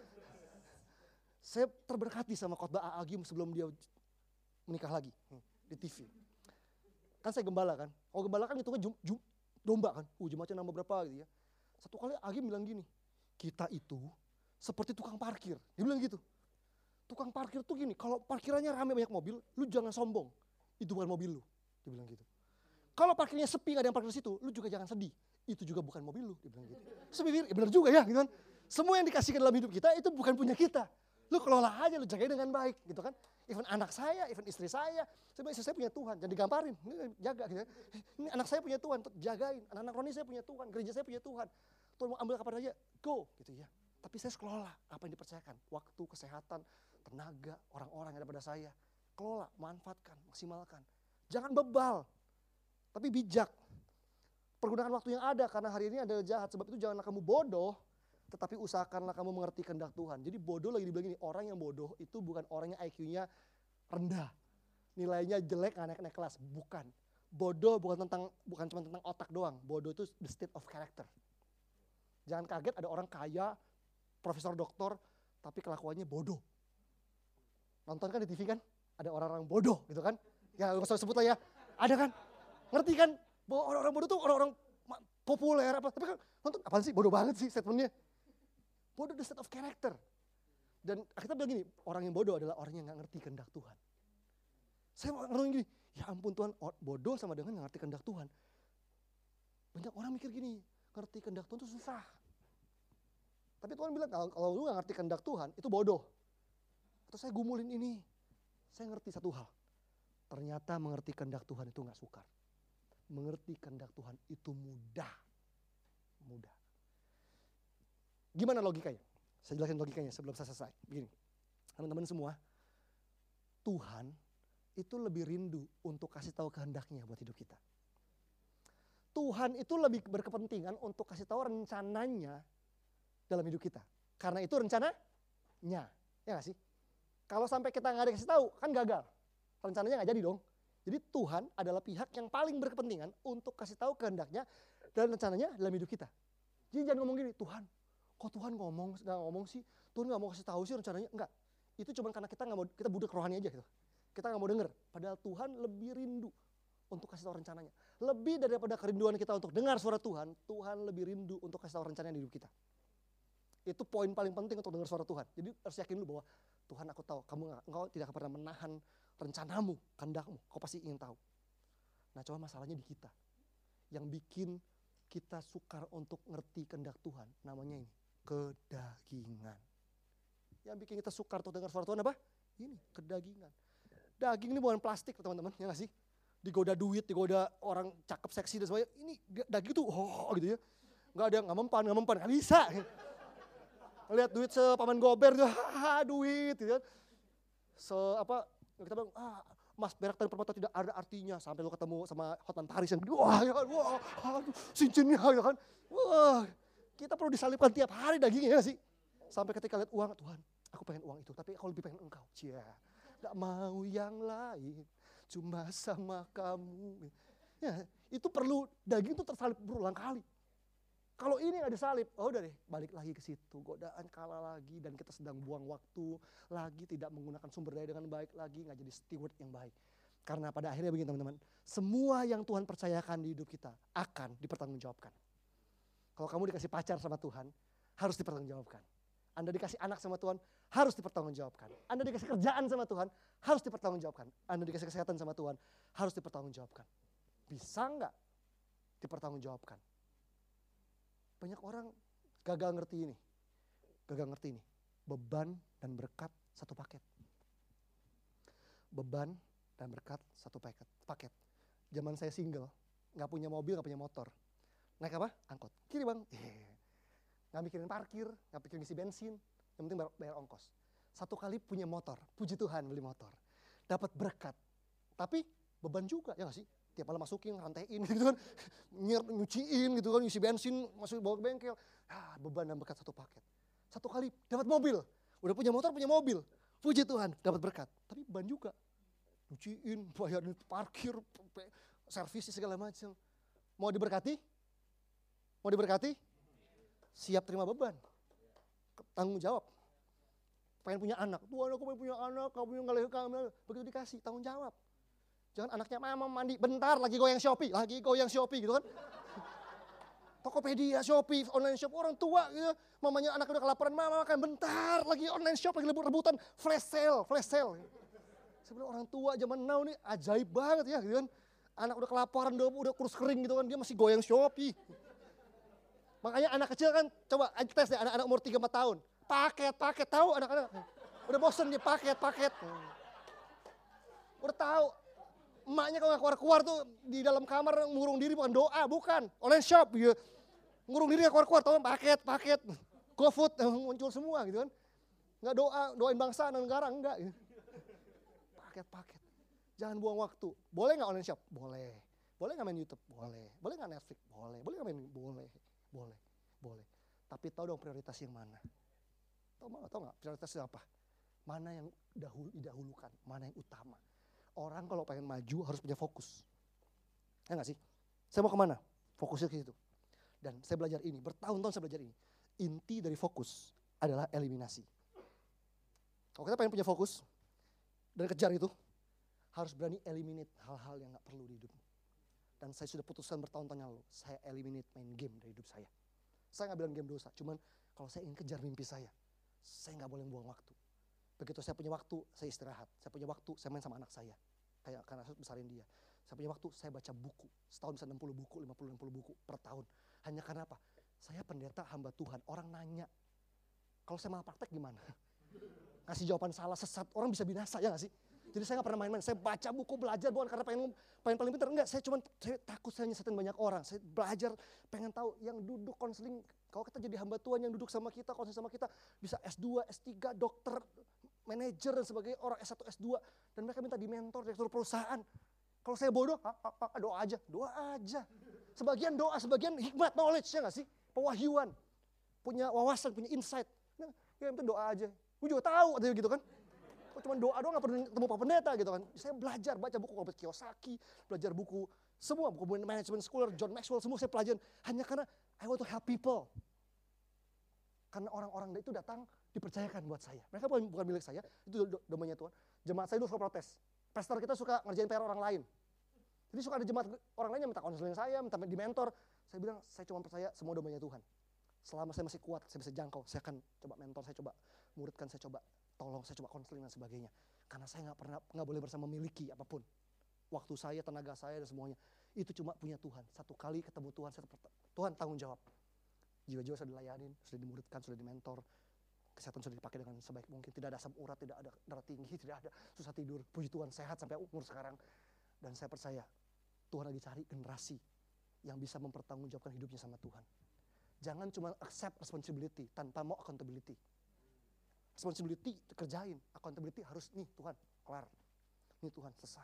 B: Saya terberkati sama khotbah A A Gim sebelum dia menikah lagi di T V. Kan saya gembala kan, kalau gembala kan itu kan jum, jum, domba kan, uh jemaatnya nambah berapa gitu ya. Satu kali Agim bilang gini, kita itu seperti tukang parkir, dia bilang gitu. Tukang parkir tuh gini, kalau parkirannya rame banyak mobil, lu jangan sombong, itu bukan mobil lu, dia bilang gitu. Kalau parkirnya sepi gak ada yang parkir di situ, lu juga jangan sedih, itu juga bukan mobil lu, dia bilang gitu. Sebibir, ya benar juga ya gitu kan. Semua yang dikasihkan dalam hidup kita itu bukan punya kita. Lu kelola aja, lu jagain dengan baik gitu kan. Even anak saya, even istri saya, saya istri saya punya Tuhan, jangan digamparin, jaga gitu. Ini anak saya punya Tuhan, jagain. Anak-anak Roni saya punya Tuhan, gereja saya punya Tuhan. Tuhan mau ambil kapan aja, go gitu ya. Tapi saya kelola apa yang dipercayakan, waktu, kesehatan, tenaga, orang-orang yang ada pada saya. Kelola, manfaatkan, maksimalkan. Jangan bebal, tapi bijak. Pergunakan waktu yang ada, karena hari ini adalah jahat. Sebab itu janganlah kamu bodoh, tetapi usahakanlah kamu mengerti kehendak Tuhan. Jadi bodoh lagi dibilang gini, orang yang bodoh itu bukan orang yang I Q-nya rendah. Nilainya jelek, gak naik-naik kelas. Bukan. Bodoh bukan tentang bukan cuma tentang otak doang. Bodoh itu the state of character. Jangan kaget ada orang kaya, profesor doktor, tapi kelakuannya bodoh. Nonton kan di T V kan? Ada orang-orang bodoh gitu kan? Ya gak usah sebut lah ya. Ada kan? Ngerti kan? Bahwa orang-orang bodoh tuh orang-orang populer apa. Tapi kan nonton, apaan sih? Bodoh banget sih statementnya. Bodoh the state of character. Dan kita bilang gini, orang yang bodoh adalah orang yang gak ngerti kehendak Tuhan. Saya mau ngerti gini, ya ampun Tuhan, bodoh sama dengan gak ngerti kehendak Tuhan. Banyak orang mikir gini, ngerti kehendak Tuhan itu susah. Tapi Tuhan bilang, kalau, kalau lu gak ngerti kehendak Tuhan, itu bodoh. Atau saya gumulin ini, saya ngerti satu hal. Ternyata mengerti kehendak Tuhan itu gak sukar. Mengerti kehendak Tuhan itu mudah. Mudah. Gimana logikanya? Saya jelasin logikanya sebelum saya selesai. Begini, teman-teman semua, Tuhan itu lebih rindu untuk kasih tahu kehendaknya buat hidup kita. Tuhan itu lebih berkepentingan untuk kasih tahu rencananya dalam hidup kita. Karena itu rencananya, ya gak sih? Kalau sampai kita gak dikasih tahu, kan gagal. Rencananya gak jadi dong. Jadi Tuhan adalah pihak yang paling berkepentingan untuk kasih tahu kehendaknya dan rencananya dalam hidup kita. Jadi jangan ngomong gini, Tuhan, kok Tuhan ngomong, gak ngomong sih? Tuhan gak mau kasih tahu sih rencananya? Enggak. Itu cuma karena kita gak mau, kita budak rohani aja gitu. Kita gak mau denger. Padahal Tuhan lebih rindu untuk kasih tahu rencananya. Lebih daripada kerinduan kita untuk dengar suara Tuhan, Tuhan lebih rindu untuk kasih tahu rencananya di hidup kita. Itu poin paling penting untuk dengar suara Tuhan. Jadi harus yakin dulu bahwa Tuhan, aku tahu kamu gak, engkau tidak pernah menahan rencanamu, kehendakmu. Kau pasti ingin tahu. Nah, coba masalahnya di kita. Yang bikin kita sukar untuk ngerti kehendak Tuhan, namanya ini, kedagingan. Yang bikin kita sukar untuk dengar suara Tuhan apa? Ini, kedagingan. Daging ini bukan plastik teman-teman, ya gak sih? Digoda duit, digoda orang cakep, seksi dan sebagainya. Ini daging tuh, oh gitu ya. Gak ada, gak mempan, gak mempan, gak bisa. Lihat duit sepaman gober, haha duit gitu kan. Se apa kita bilang, ah, Mas berak dan permata tidak ada artinya sampai lu ketemu sama Hotman Paris yang wah ya kan, wah aduh cincinnya ya kan. Wah, kita perlu disalibkan tiap hari dagingnya ya sih. Sampai ketika lihat uang, Tuhan, aku pengen uang itu, tapi aku lebih pengen engkau. Cia. Enggak mau yang lain, cuma sama kamu. Ya, itu perlu daging itu tersalib berulang kali. Kalau ini gak disalib, oh udah deh balik lagi ke situ. Godaan kalah lagi dan kita sedang buang waktu lagi, tidak menggunakan sumber daya dengan baik lagi, gak jadi steward yang baik. Karena pada akhirnya begini teman-teman, semua yang Tuhan percayakan di hidup kita akan dipertanggungjawabkan. Kalau kamu dikasih pacar sama Tuhan, harus dipertanggungjawabkan. Anda dikasih anak sama Tuhan, harus dipertanggungjawabkan. Anda dikasih kerjaan sama Tuhan, harus dipertanggungjawabkan. Anda dikasih kesehatan sama Tuhan, harus dipertanggungjawabkan. Bisa gak dipertanggungjawabkan? Banyak orang gagal ngerti ini. Gagal ngerti ini. Beban dan berkat satu paket. Beban dan berkat satu paket. paket. Zaman saya single, gak punya mobil, gak punya motor. Naik apa? Angkot. Kiri bang. Gak mikirin parkir, gak mikirin isi bensin. Yang penting bayar, bayar ongkos. Satu kali punya motor. Puji Tuhan beli motor. Dapat berkat. Tapi beban juga, ya gak sih? Tiap malam masukin, rantein gitu kan, nyuciin gitu kan, isi bensin, masuk bawa ke bengkel. Ah, beban dan berkat satu paket. Satu kali dapat mobil, udah punya motor, punya mobil. Puji Tuhan, dapat berkat. Tapi beban juga. Nyuciin, bayarin parkir, servis segala macam. Mau diberkati? Mau diberkati? Siap terima beban. Tanggung jawab. Pengen punya anak. Tuhan aku pengen punya anak, kamu yang nggak kami. Begitu dikasih, tanggung jawab. Jangan anaknya, mama mandi, bentar lagi goyang Shopee, lagi goyang Shopee gitu kan. Tokopedia, Shopee, online shop, orang tua gitu. Mamanya anak udah kelaparan, mama makan bentar lagi online shop, lagi rebut-rebutan, flash sale, flash sale. Sebenarnya orang tua zaman now nih ajaib banget ya gitu kan. Anak udah kelaparan, udah, udah kurus kering gitu kan, dia masih goyang Shopee. Makanya anak kecil kan, coba tes deh anak-anak umur tiga empat tahun. Paket, paket, tahu anak-anak. Udah bosen dia paket, paket. Udah tahu. Emaknya kalau gak keluar-keluar tuh di dalam kamar ngurung diri bukan doa, bukan. Online shop gitu. Ngurung diri gak keluar-keluar, tau paket, paket. GoFood muncul semua gitu kan. Gak doa, doain bangsa dan negara, enggak. Gitu. Paket, paket. Jangan buang waktu. Boleh gak online shop? Boleh. Boleh gak main YouTube? Boleh. Boleh gak Netflix? Boleh. Boleh gak main? Boleh. Boleh. Boleh. Tapi tahu dong prioritas yang mana. Tahu gak? Tahu gak prioritasnya apa? Mana yang dahulu, didahulukan, mana yang utama. Orang kalau pengen maju harus punya fokus. Ya gak sih? Saya mau kemana? Fokusnya ke situ. Dan saya belajar ini, bertahun-tahun saya belajar ini. Inti dari fokus adalah eliminasi. Kalau kita pengen punya fokus dan kejar itu, harus berani eliminate hal-hal yang gak perlu di hidupmu. Dan saya sudah putuskan bertahun-tahun yang lalu, saya eliminate main game dari hidup saya. Saya gak bilang game dosa, cuman kalau saya ingin kejar mimpi saya, saya gak boleh buang waktu. Begitu saya punya waktu, saya istirahat. Saya punya waktu, saya main sama anak saya. Kayak karena saya besarin dia. Saya punya waktu, saya baca buku. Setahun bisa enam puluh buku, lima puluh, enam puluh buku per tahun. Hanya karena apa? Saya pendeta hamba Tuhan. Orang nanya, kalau saya malah praktek gimana? Kasih jawaban salah, sesat, orang bisa binasa, ya gak sih? Jadi saya gak pernah main-main, saya baca buku, belajar bukan karena pengen, pengen paling pintar. Enggak, saya cuma saya takut saya nyesatin banyak orang. Saya belajar, pengen tahu yang duduk konseling. Kalau kita jadi hamba Tuhan yang duduk sama kita, konseling sama kita. Bisa S dua, S tiga, dokter, manajer dan sebagainya, orang S satu, S dua. Dan mereka minta di mentor, direktur perusahaan. Kalau saya bodoh, ha, ha, ha, doa aja, doa aja. Sebagian doa, sebagian hikmat, knowledge, ya gak sih? Pewahyuan, punya wawasan, punya insight. Nah, ya itu doa aja. Gue juga tahu, gitu kan. Cuma doa doang gak perlu ketemu Pak Pendeta gitu kan. Saya belajar, baca buku Robert Kiyosaki, belajar buku, semua buku management scholar, John Maxwell, semua saya pelajarin. Hanya karena I want to help people. Karena orang-orang itu datang dipercayakan buat saya. Mereka bukan, bukan milik saya, itu domainnya Tuhan. Jemaat saya dulu suka protes. Pastor kita suka ngerjain P R orang lain. Jadi suka ada jemaat orang lain yang minta konseling saya, minta di mentor. Saya bilang, saya cuma percaya semua domainnya Tuhan. Selama saya masih kuat, saya bisa jangkau, saya akan coba mentor, saya coba muridkan, saya coba tolong, saya coba konseling dan sebagainya. Karena saya nggak pernah, nggak boleh bersama memiliki apapun. Waktu saya, tenaga saya dan semuanya. Itu cuma punya Tuhan. Satu kali ketemu Tuhan, saya Tuhan tanggung jawab. Jiwa-jiwa sudah dilayanin, sudah dimuridkan, sudah dimentor. Kesehatan sudah dipakai dengan sebaik mungkin. Tidak ada asam urat, tidak ada darah tinggi, tidak ada susah tidur. Puji Tuhan, sehat sampai umur sekarang. Dan saya percaya, Tuhan lagi cari generasi yang bisa mempertanggungjawabkan hidupnya sama Tuhan. Jangan cuma accept responsibility tanpa mau accountability. Responsibility kerjain, accountability harus nih Tuhan, kelar. Nih Tuhan, selesai.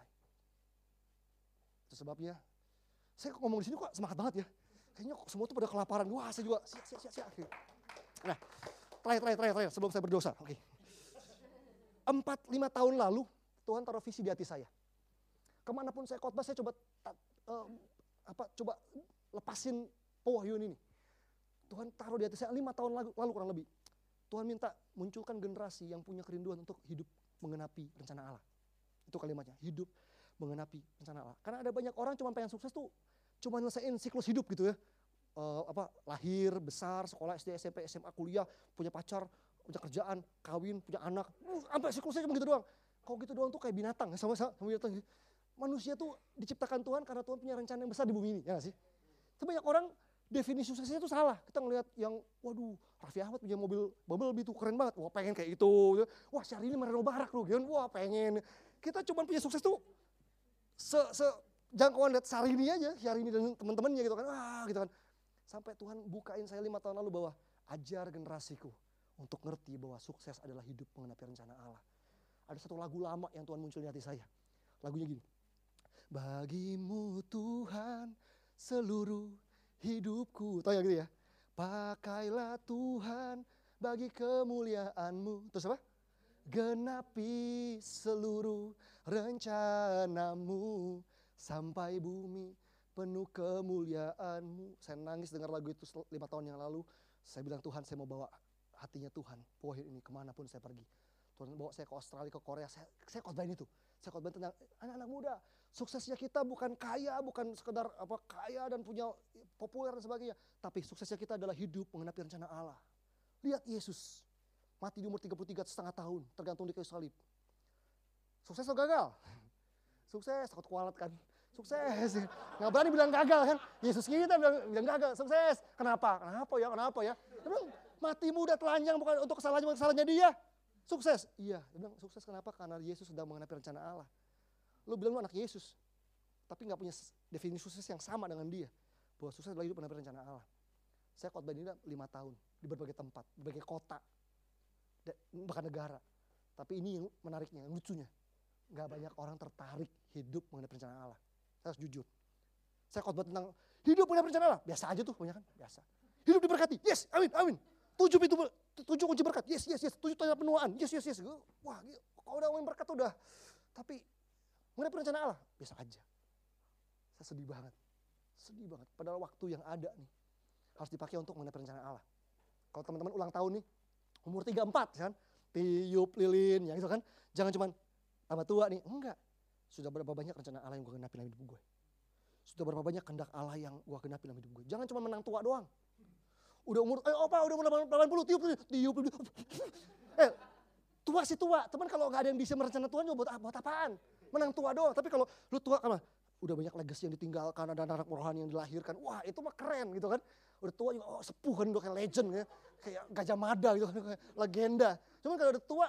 B: Itu sebabnya, saya ngomong di sini kok semangat banget ya. Kayaknya kok semua tuh pada kelaparan. Wah, saya juga siap, siap, siap, siap. Nah, terakhir, terakhir, terakhir, terakhir sebelum saya berdosa. Oke. Empat, lima tahun lalu, Tuhan taruh visi di hati saya. Kemanapun saya khotbah, saya coba uh, apa, coba lepasin pewahyuan ini. Tuhan taruh di hati saya lima tahun lalu, lalu kurang lebih. Tuhan minta munculkan generasi yang punya kerinduan untuk hidup menggenapi rencana Allah. Itu kalimatnya, hidup menggenapi rencana Allah. Karena ada banyak orang cuma pengen sukses tuh, cuma nyelesain siklus hidup gitu ya. Uh, apa lahir, besar, sekolah S D, S M P, S M A, kuliah, punya pacar, punya kerjaan, kawin, punya anak. Uh, sampai siklusnya cuma gitu doang. Kalau gitu doang tuh kayak binatang, sama sama binatang. Manusia tuh diciptakan Tuhan karena Tuhan punya rencana yang besar di bumi ini, ya gak sih? Tapi banyak orang definisi suksesnya itu salah. Kita ngelihat yang, waduh, Raffi Ahmad punya mobil Bumblebee itu keren banget. Wah, pengen kayak itu. Wah, Syahrini Mariano Barak loh, gitu. Wah, pengen. Kita cuma punya sukses tuh se, se jangkauan lihat Syahrini aja, Syahrini dan teman-temannya gitu kan. Ah, gitu kan. Sampai Tuhan bukain saya lima tahun lalu bahwa ajar generasiku untuk ngerti bahwa sukses adalah hidup menggenapi rencana Allah. Ada satu lagu lama yang Tuhan muncul di hati saya. Lagunya gini. Bagimu Tuhan seluruh hidupku. Tahu ya gitu ya. Pakailah Tuhan bagi kemuliaan-Mu. Terus apa? Genapi seluruh rencana-Mu sampai bumi penuh kemuliaan-Mu. Saya nangis dengar lagu itu lima tahun yang lalu. Saya bilang, Tuhan, saya mau bawa hatinya Tuhan. Pewahyuan ini kemanapun saya pergi. Tuhan bawa saya ke Australia, ke Korea. Saya, saya khotbahin itu. Saya khotbahin tentang anak-anak muda. Suksesnya kita bukan kaya, bukan sekedar apa kaya dan punya populer dan sebagainya. Tapi suksesnya kita adalah hidup mengenapi rencana Allah. Lihat Yesus. Mati di umur tiga puluh tiga setengah tahun. Tergantung di kayu salib. Sukses atau gagal? Sukses, takut kualat kan. Sukses. Nggak berani bilang gagal kan. Yesus kita bilang, bilang gagal. Sukses. Kenapa? Kenapa ya? Kenapa ya? Dia bilang, mati muda telanjang bukan untuk kesalahannya, bukan kesalahannya dia. Sukses. Iya. Dia bilang, sukses kenapa? Karena Yesus sedang mengenapi rencana Allah. Lu bilang lu anak Yesus, tapi gak punya definisi sukses yang sama dengan dia. Bahwa sukses adalah hidup mengenapi rencana Allah. Saya khotbah ini lima tahun, di berbagai tempat, berbagai kota, bahkan negara. Tapi ini yang menariknya, yang lucunya. Gak banyak orang tertarik hidup mengenapi rencana Allah. Saya harus jujur. Saya khotbah tentang hidup mengenapi rencana Allah. Biasa aja tuh, banyak kan? Biasa. Hidup diberkati, yes, amin, amin. Tujuh pintu, tujuh kunci berkat, yes, yes, yes. Tujuh tanda penuaan, yes, yes, yes. Wah, kalau udah ngomongin berkat udah. Tapi mengenapi rencana Allah, biasa aja. Saya sedih banget, sedih banget. Padahal waktu yang ada nih, harus dipakai untuk mengenapi rencana Allah. Kalau teman-teman ulang tahun nih, umur tiga puluh empat kan, tiup lilin, ya gitu kan. Jangan cuman tambah tua nih, enggak. Sudah berapa banyak rencana Allah yang gue genapi dalam hidup gue. Sudah berapa banyak kehendak Allah yang gue genapi dalam hidup gue. Jangan cuma menang tua doang. Udah umur, eh opa udah umur delapan puluh, tiup lilin, tiup lilin. Eh, tua sih tua, teman kalau gak ada yang bisa merencana Tuhan, buat, buat apaan? Menang tua doang, tapi kalau lu tua kan udah banyak legacy yang ditinggalkan, ada anak rohani yang dilahirkan, wah itu mah keren gitu kan. Udah tua juga, oh sepuh kan, udah kayak legend ya, kayak Gajah Mada gitu kan, kayak legenda. Cuman kalau udah tua,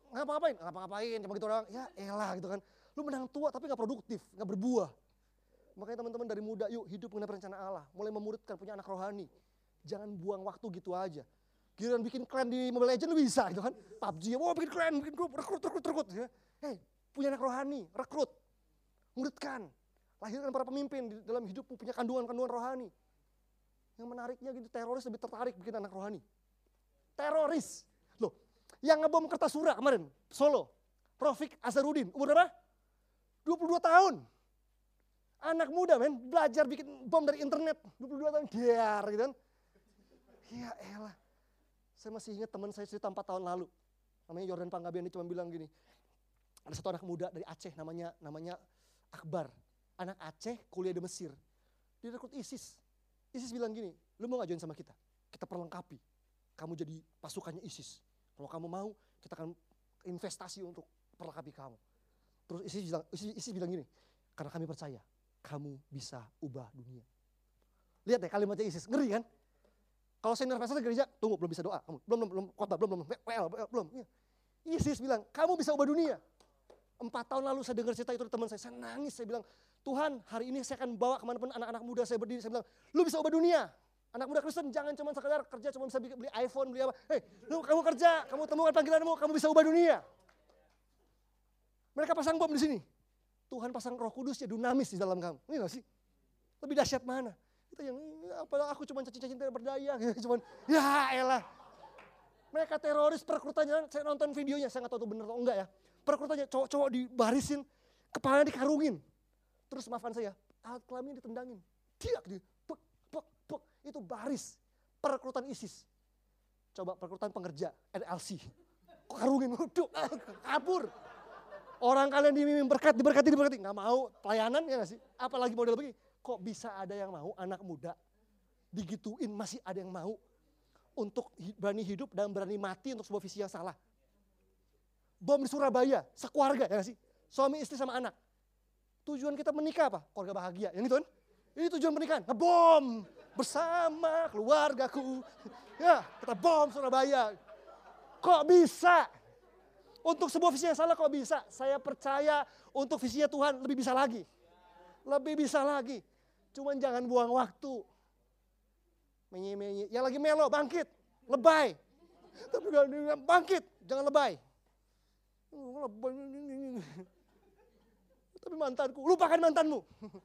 B: ngapa-ngapain, ngapa-ngapain, cuma gitu doang. Ya elah gitu kan. Lu menang tua tapi gak produktif, gak berbuah. Makanya teman-teman dari muda yuk hidup mengenai rencana Allah. Mulai memuridkan punya anak rohani. Jangan buang waktu gitu aja. Giliran bikin klan di Mobile Legends lu bisa gitu kan. P U B G, wah bikin klan, bikin grup, rekrut, rekrut, rekrut. Hei, punya anak rohani, rekrut. Muridkan. Lahirkan para pemimpin di dalam hidupmu, punya kandungan-kandungan rohani. Yang menariknya gitu, teroris lebih tertarik bikin anak rohani. Teroris. Loh, yang ngebom Kertasura kemarin, Solo. Rafiq Azharuddin, umur berapa? dua puluh dua tahun. Anak muda men, belajar bikin bom dari internet. dua puluh dua tahun, giar gitu kan. Ya elah. Saya masih ingat teman saya cerita empat tahun lalu. Namanya Jordan Panggabean, dia cuma bilang gini. Ada satu anak muda dari Aceh namanya namanya Akbar. Anak Aceh kuliah di Mesir. Dia rekrut ISIS. ISIS bilang gini, lu mau gak join sama kita? Kita perlengkapi. Kamu jadi pasukannya ISIS. Kalau kamu mau, kita akan investasi untuk perlengkapi kamu. Terus ISIS bilang, ISIS, ISIS bilang gini, karena kami percaya, kamu bisa ubah dunia. Lihat deh kalimatnya ISIS, ngeri kan? Kalau senior pastor gereja, tunggu belum bisa doa, kamu belum belum khotbah, belum belum W L, belum. ISIS bilang, kamu bisa ubah dunia. Empat tahun lalu saya dengar cerita itu dari teman saya, saya nangis, saya bilang, Tuhan hari ini saya akan bawa kemanapun anak-anak muda saya berdiri, saya bilang, lu bisa ubah dunia. Anak muda Kristen jangan cuma sekedar kerja, cuma bisa beli iPhone, beli apa. Hei, lu kamu kerja, kamu temukan panggilanmu, kamu bisa ubah dunia. Mereka pasang bom di sini. Tuhan pasang Roh Kudus ya dunamis di dalam kamu. Ini gak sih? Lebih dahsyat mana? Kita yang, apa aku cuma cacing-cacing tidak berdaya, cuman ya elah. Mereka teroris perekrutannya, saya nonton videonya, saya nggak tahu itu benar atau enggak ya. Perekrutannya cowok-cowok dibarisin, kepalanya dikarungin. Terus maafkan saya, alat kelamin ditendangin. Tiak dia, pek, pek, pek. Itu baris perekrutan ISIS. Coba perekrutan pengerja, N L C. Karungin, duk, kabur. Orang kalian diminta berkat, diberkati, diberkati. Nggak mau pelayanan ya nggak sih? Apalagi model begini. Kok bisa ada yang mau anak muda digituin, masih ada yang mau untuk berani hidup dan berani mati untuk sebuah visi yang salah. Bom di Surabaya, sekeluarga ya nggak sih? Suami istri sama anak. Tujuan kita menikah apa? Keluarga bahagia, yang itu kan? Ini tujuan pernikahan, ngebom bersama keluargaku. Ya, kita bom Surabaya. Kok bisa? Untuk sebuah visi yang salah kok bisa? Saya percaya untuk visinya Tuhan lebih bisa lagi. Lebih bisa lagi. Cuman jangan buang waktu. Menye-menye. Yang lagi melo, bangkit. Lebay. Tapi bangkit, jangan lebay. Lebay. Tapi mantanku, lupakan mantanmu.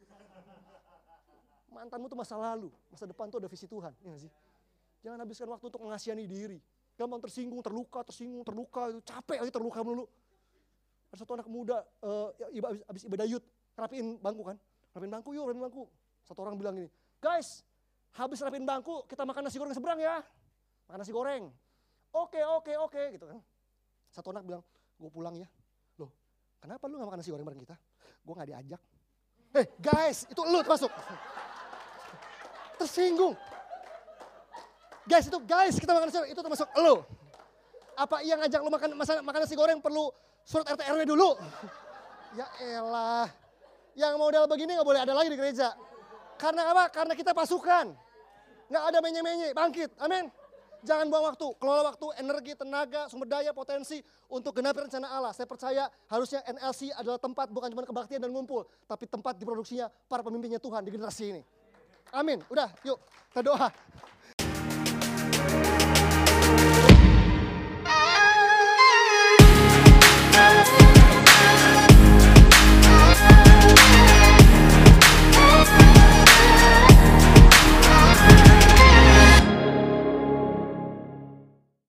B: Mantanmu itu masa lalu, masa depan itu ada visi Tuhan. Ya sih? Jangan habiskan waktu untuk mengasihani diri. Gampang tersinggung, terluka, tersinggung, terluka, itu capek lagi terluka melulu. Ada satu anak muda, uh, habis, habis ibadah yud, rapiin bangku kan. Rapiin bangku yuk, rapiin bangku. Satu orang bilang gini, guys, habis rapiin bangku, kita makan nasi goreng seberang ya. Makan nasi goreng. Oke, oke, oke, gitu kan. Satu anak bilang, gue pulang ya. Loh, kenapa lu gak makan nasi goreng bareng kita? Gue gak diajak. Eh, guys, itu lu masuk. Tersinggung. Guys, itu guys, kita makan nasi goreng, itu termasuk lu. Apa yang ngajak lu makan makan nasi goreng perlu surat R T R W dulu? Ya elah. Yang model begini gak boleh ada lagi di gereja. Karena apa? Karena kita pasukan. Gak ada menye-menye, bangkit. Amin. Jangan buang waktu, kelola waktu, energi, tenaga, sumber daya, potensi untuk genapi rencana Allah. Saya percaya harusnya N L C adalah tempat bukan cuma kebaktian dan ngumpul, tapi tempat diproduksinya para pemimpinnya Tuhan di generasi ini. Amin. Udah, yuk kita doa.